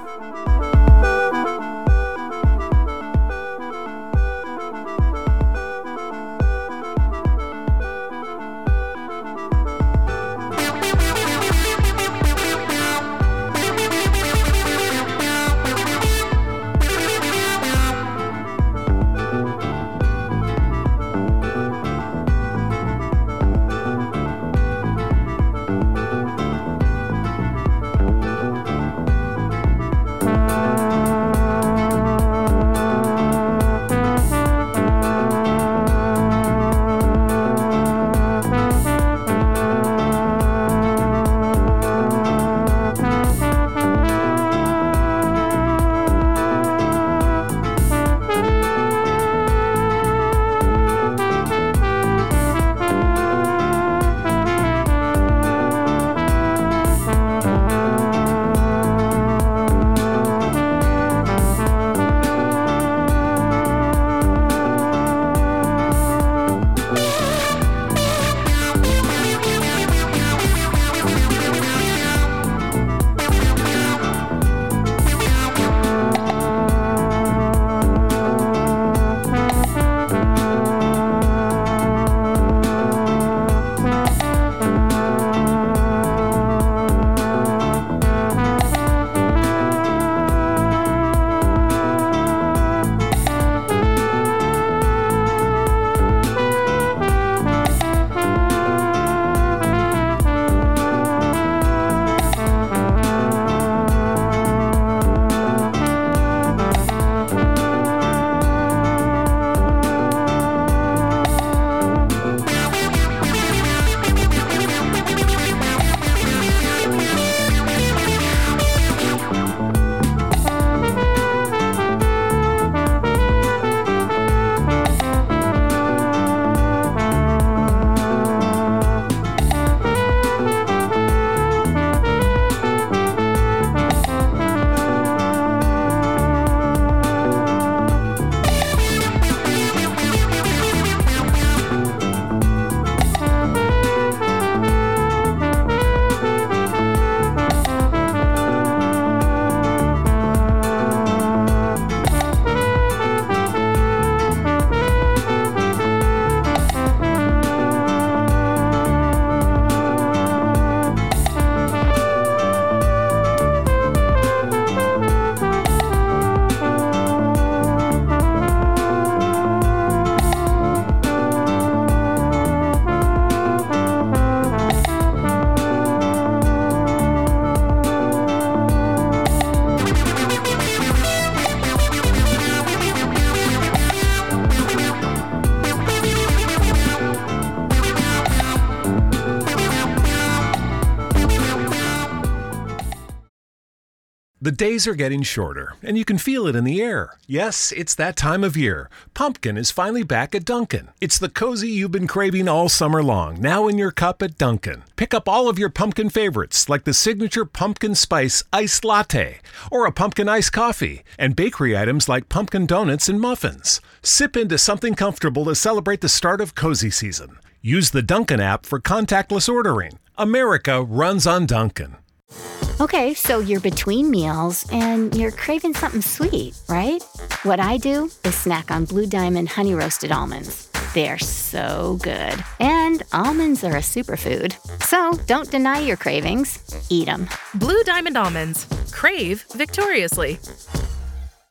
The days are getting shorter, and you can feel it in the air. Yes, it's that time of year. Pumpkin is finally back at Dunkin'. It's the cozy you've been craving all summer long, now in your cup at Dunkin'. Pick up all of your pumpkin favorites, like the signature pumpkin spice iced latte, or a pumpkin iced coffee, and bakery items like pumpkin donuts and muffins. Sip into something comfortable to celebrate the start of cozy season. Use the Dunkin' app for contactless ordering. America runs on Dunkin'. Okay, so you're between meals and you're craving something sweet, right? What I do is snack on Blue Diamond honey roasted almonds. They're so good. And almonds are a superfood. So don't deny your cravings. Eat them. Blue Diamond almonds. Crave victoriously.